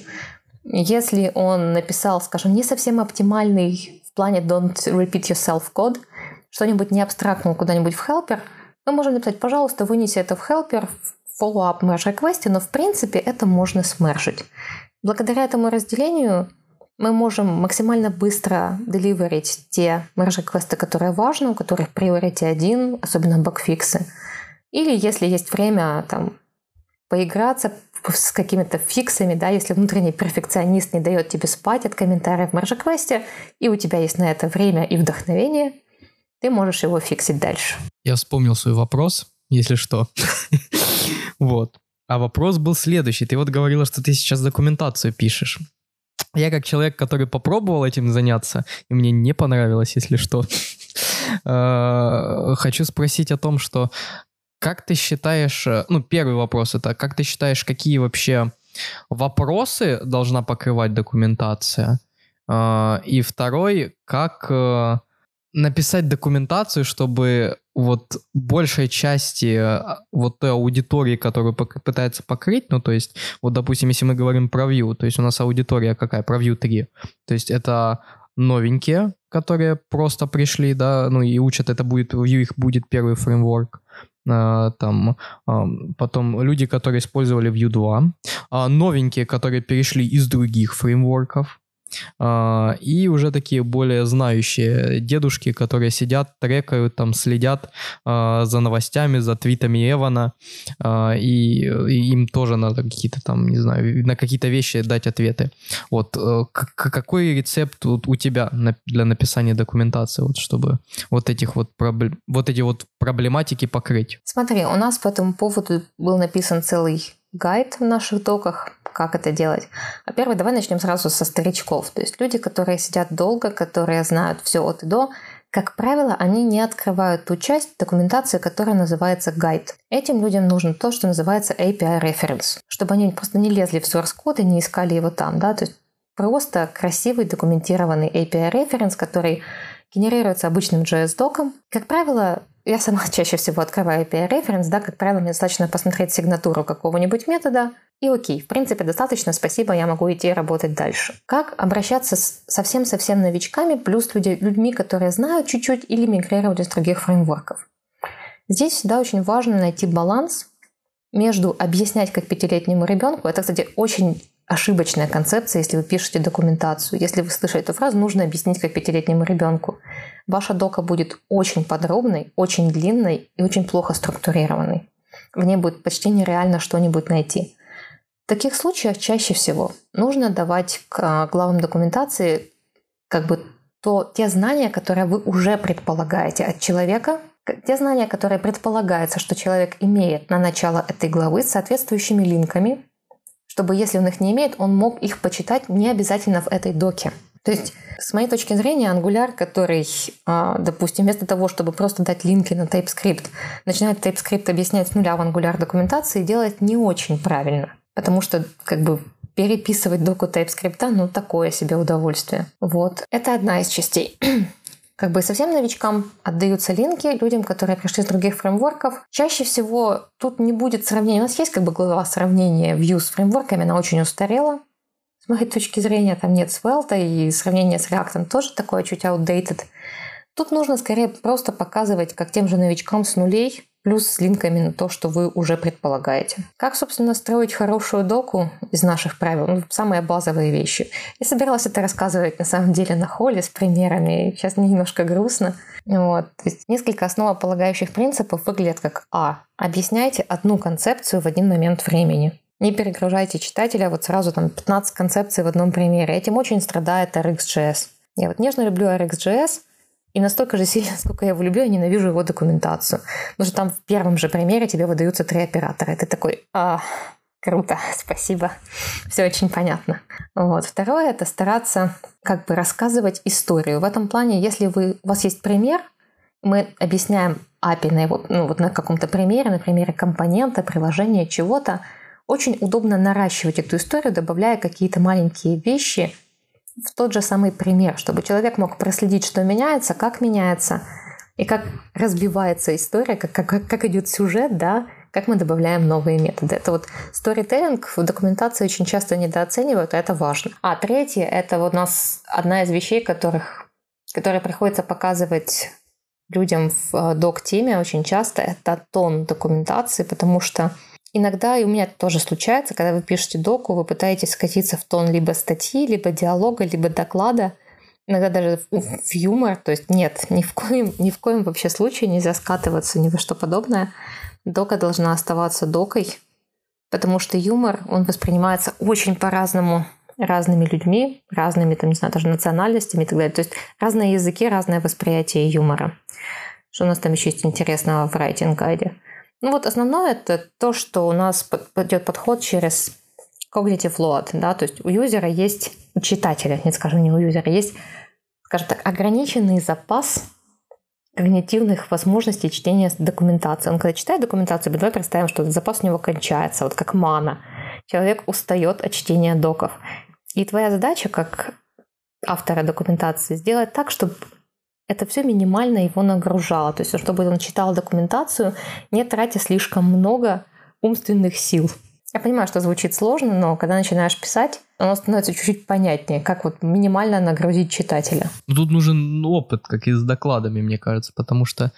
Если он написал, скажем, не совсем оптимальный в плане don't repeat yourself код, что-нибудь не абстрактнул куда-нибудь в helper, мы можем написать, пожалуйста, вынеси это в helper в follow-up merge request, но в принципе это можно смержить. Благодаря этому разделению мы можем максимально быстро деливерить те merge request, которые важны, у которых priority один, особенно багфиксы. Или если есть время там, поиграться с какими-то фиксами, да, если внутренний перфекционист не дает тебе спать от комментариев в merge request, и у тебя есть на это время и вдохновение, ты можешь его фиксить дальше. Я вспомнил свой вопрос, если что. Вот. А вопрос был следующий. Ты вот говорила, что ты сейчас документацию пишешь. Я как человек, который попробовал этим заняться, и мне не понравилось, если что, хочу спросить о том, что как ты считаешь... Ну, первый вопрос это, как ты считаешь, какие вообще вопросы должна покрывать документация? И второй, как... написать документацию, чтобы вот большей части вот той аудитории, которую пытается покрыть, ну, то есть, вот, допустим, если мы говорим про Vue, то есть у нас аудитория какая? Про Vue три. То есть это новенькие, которые просто пришли, да, ну, и учат, это будет, Vue их будет первый фреймворк. А, там, а, потом люди, которые использовали Vue два. А, новенькие, которые перешли из других фреймворков. и уже такие более знающие дедушки, которые сидят, трекают, там, следят за новостями, за твитами Эвана, и, и им тоже надо какие-то там, не знаю, на какие-то вещи дать ответы. Вот. Какой рецепт у тебя для написания документации, вот, чтобы вот этих вот, вот эти вот проблематики покрыть? Смотри, у нас по этому поводу был написан целый гайд в наших доках, как это делать. Во-первых, давай начнем сразу со старичков. То есть люди, которые сидят долго, которые знают все от и до, как правило, они не открывают ту часть документации, которая называется гайд. Этим людям нужно то, что называется эй пи ай reference, чтобы они просто не лезли в source код и не искали его там. Да? То есть просто красивый документированный эй пи ай reference, который генерируется обычным джей эс-доком. Как правило, я сама чаще всего открываю эй пи ай reference, да, как правило, мне достаточно посмотреть сигнатуру какого-нибудь метода, и окей, в принципе, достаточно, спасибо, я могу идти работать дальше. Как обращаться с совсем-совсем новичками, плюс люди, людьми, которые знают чуть-чуть или мигрировали с других фреймворков? Здесь всегда очень важно найти баланс между объяснять как пятилетнему ребенку, это, кстати, очень ошибочная концепция, если вы пишете документацию. Если вы слышали эту фразу, нужно объяснить как пятилетнему ребенку. Ваша дока будет очень подробной, очень длинной и очень плохо структурированной. В ней будет почти нереально что-нибудь найти. В таких случаях чаще всего нужно давать к главам документации как бы то, те знания, которые вы уже предполагаете от человека, те знания, которые предполагается, что человек имеет на начало этой главы с соответствующими линками, чтобы, если он их не имеет, он мог их почитать не обязательно в этой доке. То есть, с моей точки зрения, Angular, который, допустим, вместо того, чтобы просто дать линки на TypeScript, начинает TypeScript объяснять с нуля в Angular документации, делает не очень правильно. Потому что, как бы, переписывать доку TypeScript, ну, такое себе удовольствие. Вот. Это одна из частей. Как бы совсем новичкам отдаются линки, людям, которые пришли с других фреймворков. Чаще всего тут не будет сравнения. У нас есть как бы глава сравнения Vue с фреймворками, она очень устарела. С моей точки зрения, там нет Svelte, и сравнение с React тоже такое чуть outdated. Тут нужно скорее просто показывать, как тем же новичкам с нулей, плюс с линками на то, что вы уже предполагаете. Как, собственно, строить хорошую доку из наших правил? Ну, самые базовые вещи. Я собиралась это рассказывать, на самом деле, на холле с примерами. Сейчас мне немножко грустно. Вот. То есть несколько основополагающих принципов выглядят как А. Объясняйте одну концепцию в один момент времени. Не перегружайте читателя вот сразу там пятнадцать концепций в одном примере. Этим очень страдает эр икс джей эс. Я вот нежно люблю эр икс джей эс, и настолько же сильно, сколько я его люблю, я ненавижу его документацию. Потому что там в первом же примере тебе выдаются три оператора. И ты такой, а, круто, спасибо. Все очень понятно. Вот. Второе — это стараться как бы рассказывать историю. В этом плане, если вы, у вас есть пример, мы объясняем эй пи ай на, его, ну, вот на каком-то примере, на примере компонента, приложения, чего-то, очень удобно наращивать эту историю, добавляя какие-то маленькие вещи в тот же самый пример, чтобы человек мог проследить, что меняется, как меняется, и как разбивается история, как, как, как идет сюжет, да, как мы добавляем новые методы. Это вот сторителлинг в документации очень часто недооценивают, а это важно. А третье — это вот у нас одна из вещей, которых, которые приходится показывать людям в док-теме очень часто, это тон документации, потому что иногда, и у меня это тоже случается, когда вы пишете доку, вы пытаетесь скатиться в тон либо статьи, либо диалога, либо доклада, иногда даже в юмор. То есть нет, ни в коем, ни в коем вообще случае нельзя скатываться ни во что подобное. Дока должна оставаться докой, потому что юмор, он воспринимается очень по-разному разными людьми, разными, там, не знаю, даже национальностями и так далее. То есть разные языки, разное восприятие юмора. Что у нас там еще есть интересного в райтинг-гайде? Ну вот основное — это то, что у нас идет подход через cognitive load, да, то есть у юзера есть, у читателя, нет, скажем, не у юзера, есть, скажем так, ограниченный запас когнитивных возможностей чтения документации. Он когда читает документацию, давай представим, что этот запас у него кончается, вот как мана. Человек устает от чтения доков. И твоя задача, как автора документации, сделать так, чтобы это все минимально его нагружало. То есть, чтобы он читал документацию, не тратя слишком много умственных сил. Я понимаю, что звучит сложно, но когда начинаешь писать, оно становится чуть-чуть понятнее, как вот минимально нагрузить читателя. Тут нужен опыт, как и с докладами, мне кажется, потому что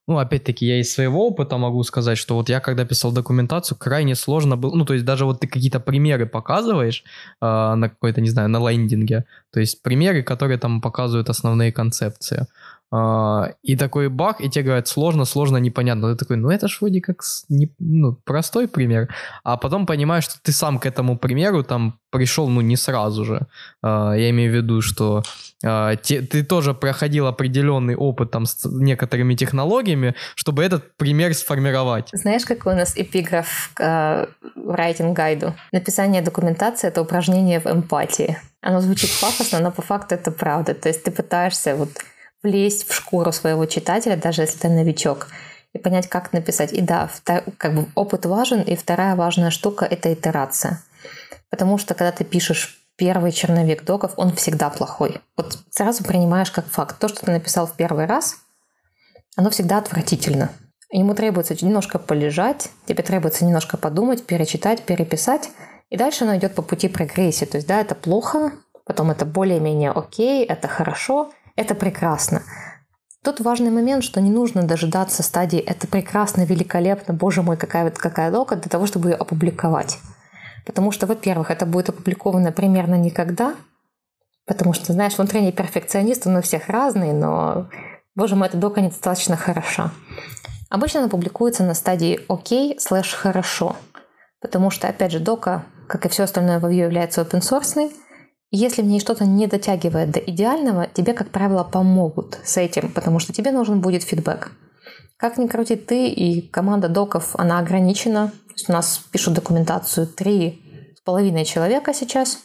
Ну, опять-таки, я из своего опыта могу сказать, что вот я, когда писал документацию, крайне сложно было, ну, то есть даже вот ты какие-то примеры показываешь э, на какой-то, не знаю, на лендинге, то есть примеры, которые там показывают основные концепции. Uh, и такой баг, и тебе говорят, сложно, сложно, непонятно. Ты такой, ну это ж вроде как не, ну, простой пример. А потом понимаешь, что ты сам к этому примеру там пришел, ну, не сразу же. Uh, я имею в виду, что uh, те, ты тоже проходил определенный опыт там с некоторыми технологиями, чтобы этот пример сформировать. Знаешь, какой у нас эпиграф к uh, райтинг-гайду? Написание документации — это упражнение в эмпатии. Оно звучит пафосно, но по факту это правда. То есть ты пытаешься вот влезть в шкуру своего читателя, даже если ты новичок, и понять, как написать. И да, как бы опыт важен, и вторая важная штука — это итерация. Потому что, когда ты пишешь первый черновик доков, он всегда плохой. Вот сразу принимаешь как факт. То, что ты написал в первый раз, оно всегда отвратительно. Ему требуется немножко полежать, тебе требуется немножко подумать, перечитать, переписать, и дальше оно идет по пути прогрессии. То есть, да, это плохо, потом это более-менее окей, это хорошо, это прекрасно. Тут важный момент, что не нужно дожидаться стадии «это прекрасно, великолепно, боже мой, какая вот какая дока» для того, чтобы ее опубликовать. Потому что, во-первых, это будет опубликовано примерно никогда, потому что, знаешь, внутренний перфекционист, он у всех разный, но, боже мой, эта дока недостаточно хороша. Обычно она публикуется на стадии «окей» слэш «хорошо», потому что, опять же, дока, как и все остальное в Vue, является open-source. Если в ней что-то не дотягивает до идеального, тебе, как правило, помогут с этим, потому что тебе нужен будет фидбэк. Как ни крути, ты и команда доков, она ограничена. То есть у нас пишут документацию три с половиной человека сейчас.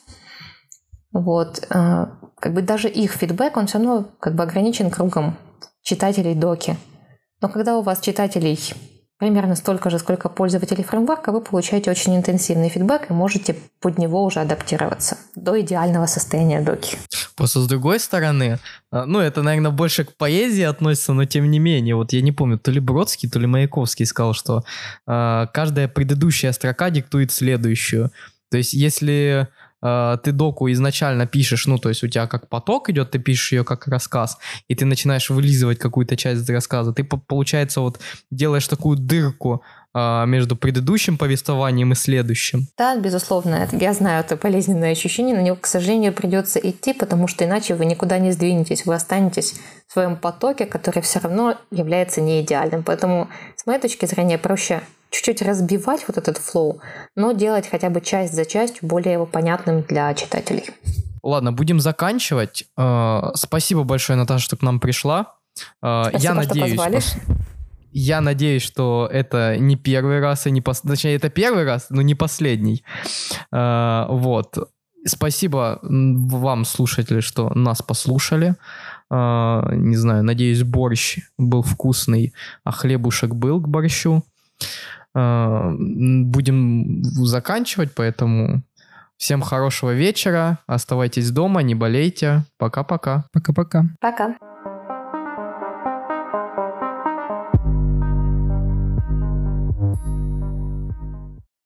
Вот. Как бы даже их фидбэк, он все равно как бы ограничен кругом читателей доки. Но когда у вас читателей примерно столько же, сколько пользователей фреймворка, вы получаете очень интенсивный фидбэк и можете под него уже адаптироваться до идеального состояния доки. Просто с другой стороны, ну, это, наверное, больше к поэзии относится, но тем не менее, вот я не помню, то ли Бродский, то ли Маяковский сказал, что э, каждая предыдущая строка диктует следующую. То есть, если э, ты доку изначально пишешь, ну, то есть у тебя как поток идет, ты пишешь ее как рассказ, и ты начинаешь вылизывать какую-то часть рассказа, ты, получается, вот делаешь такую дырку э, между предыдущим повествованием и следующим. Да, безусловно, я знаю это болезненное ощущение, на него, к сожалению, придется идти, потому что иначе вы никуда не сдвинетесь, вы останетесь в своем потоке, который все равно является не идеальным. Поэтому, с моей точки зрения, проще чуть-чуть разбивать вот этот флоу, но делать хотя бы часть за частью более его понятным для читателей. Ладно, будем заканчивать. Спасибо большое, Наташа, что к нам пришла. Спасибо, я надеюсь, что позвали. Я надеюсь, что это не первый раз, и не пос... точнее, это первый раз, но не последний. Вот. Спасибо вам, слушатели, что нас послушали. Не знаю, надеюсь, борщ был вкусный, а хлебушек был к борщу. Будем заканчивать, поэтому всем хорошего вечера, оставайтесь дома, не болейте, пока-пока. Пока-пока. Пока.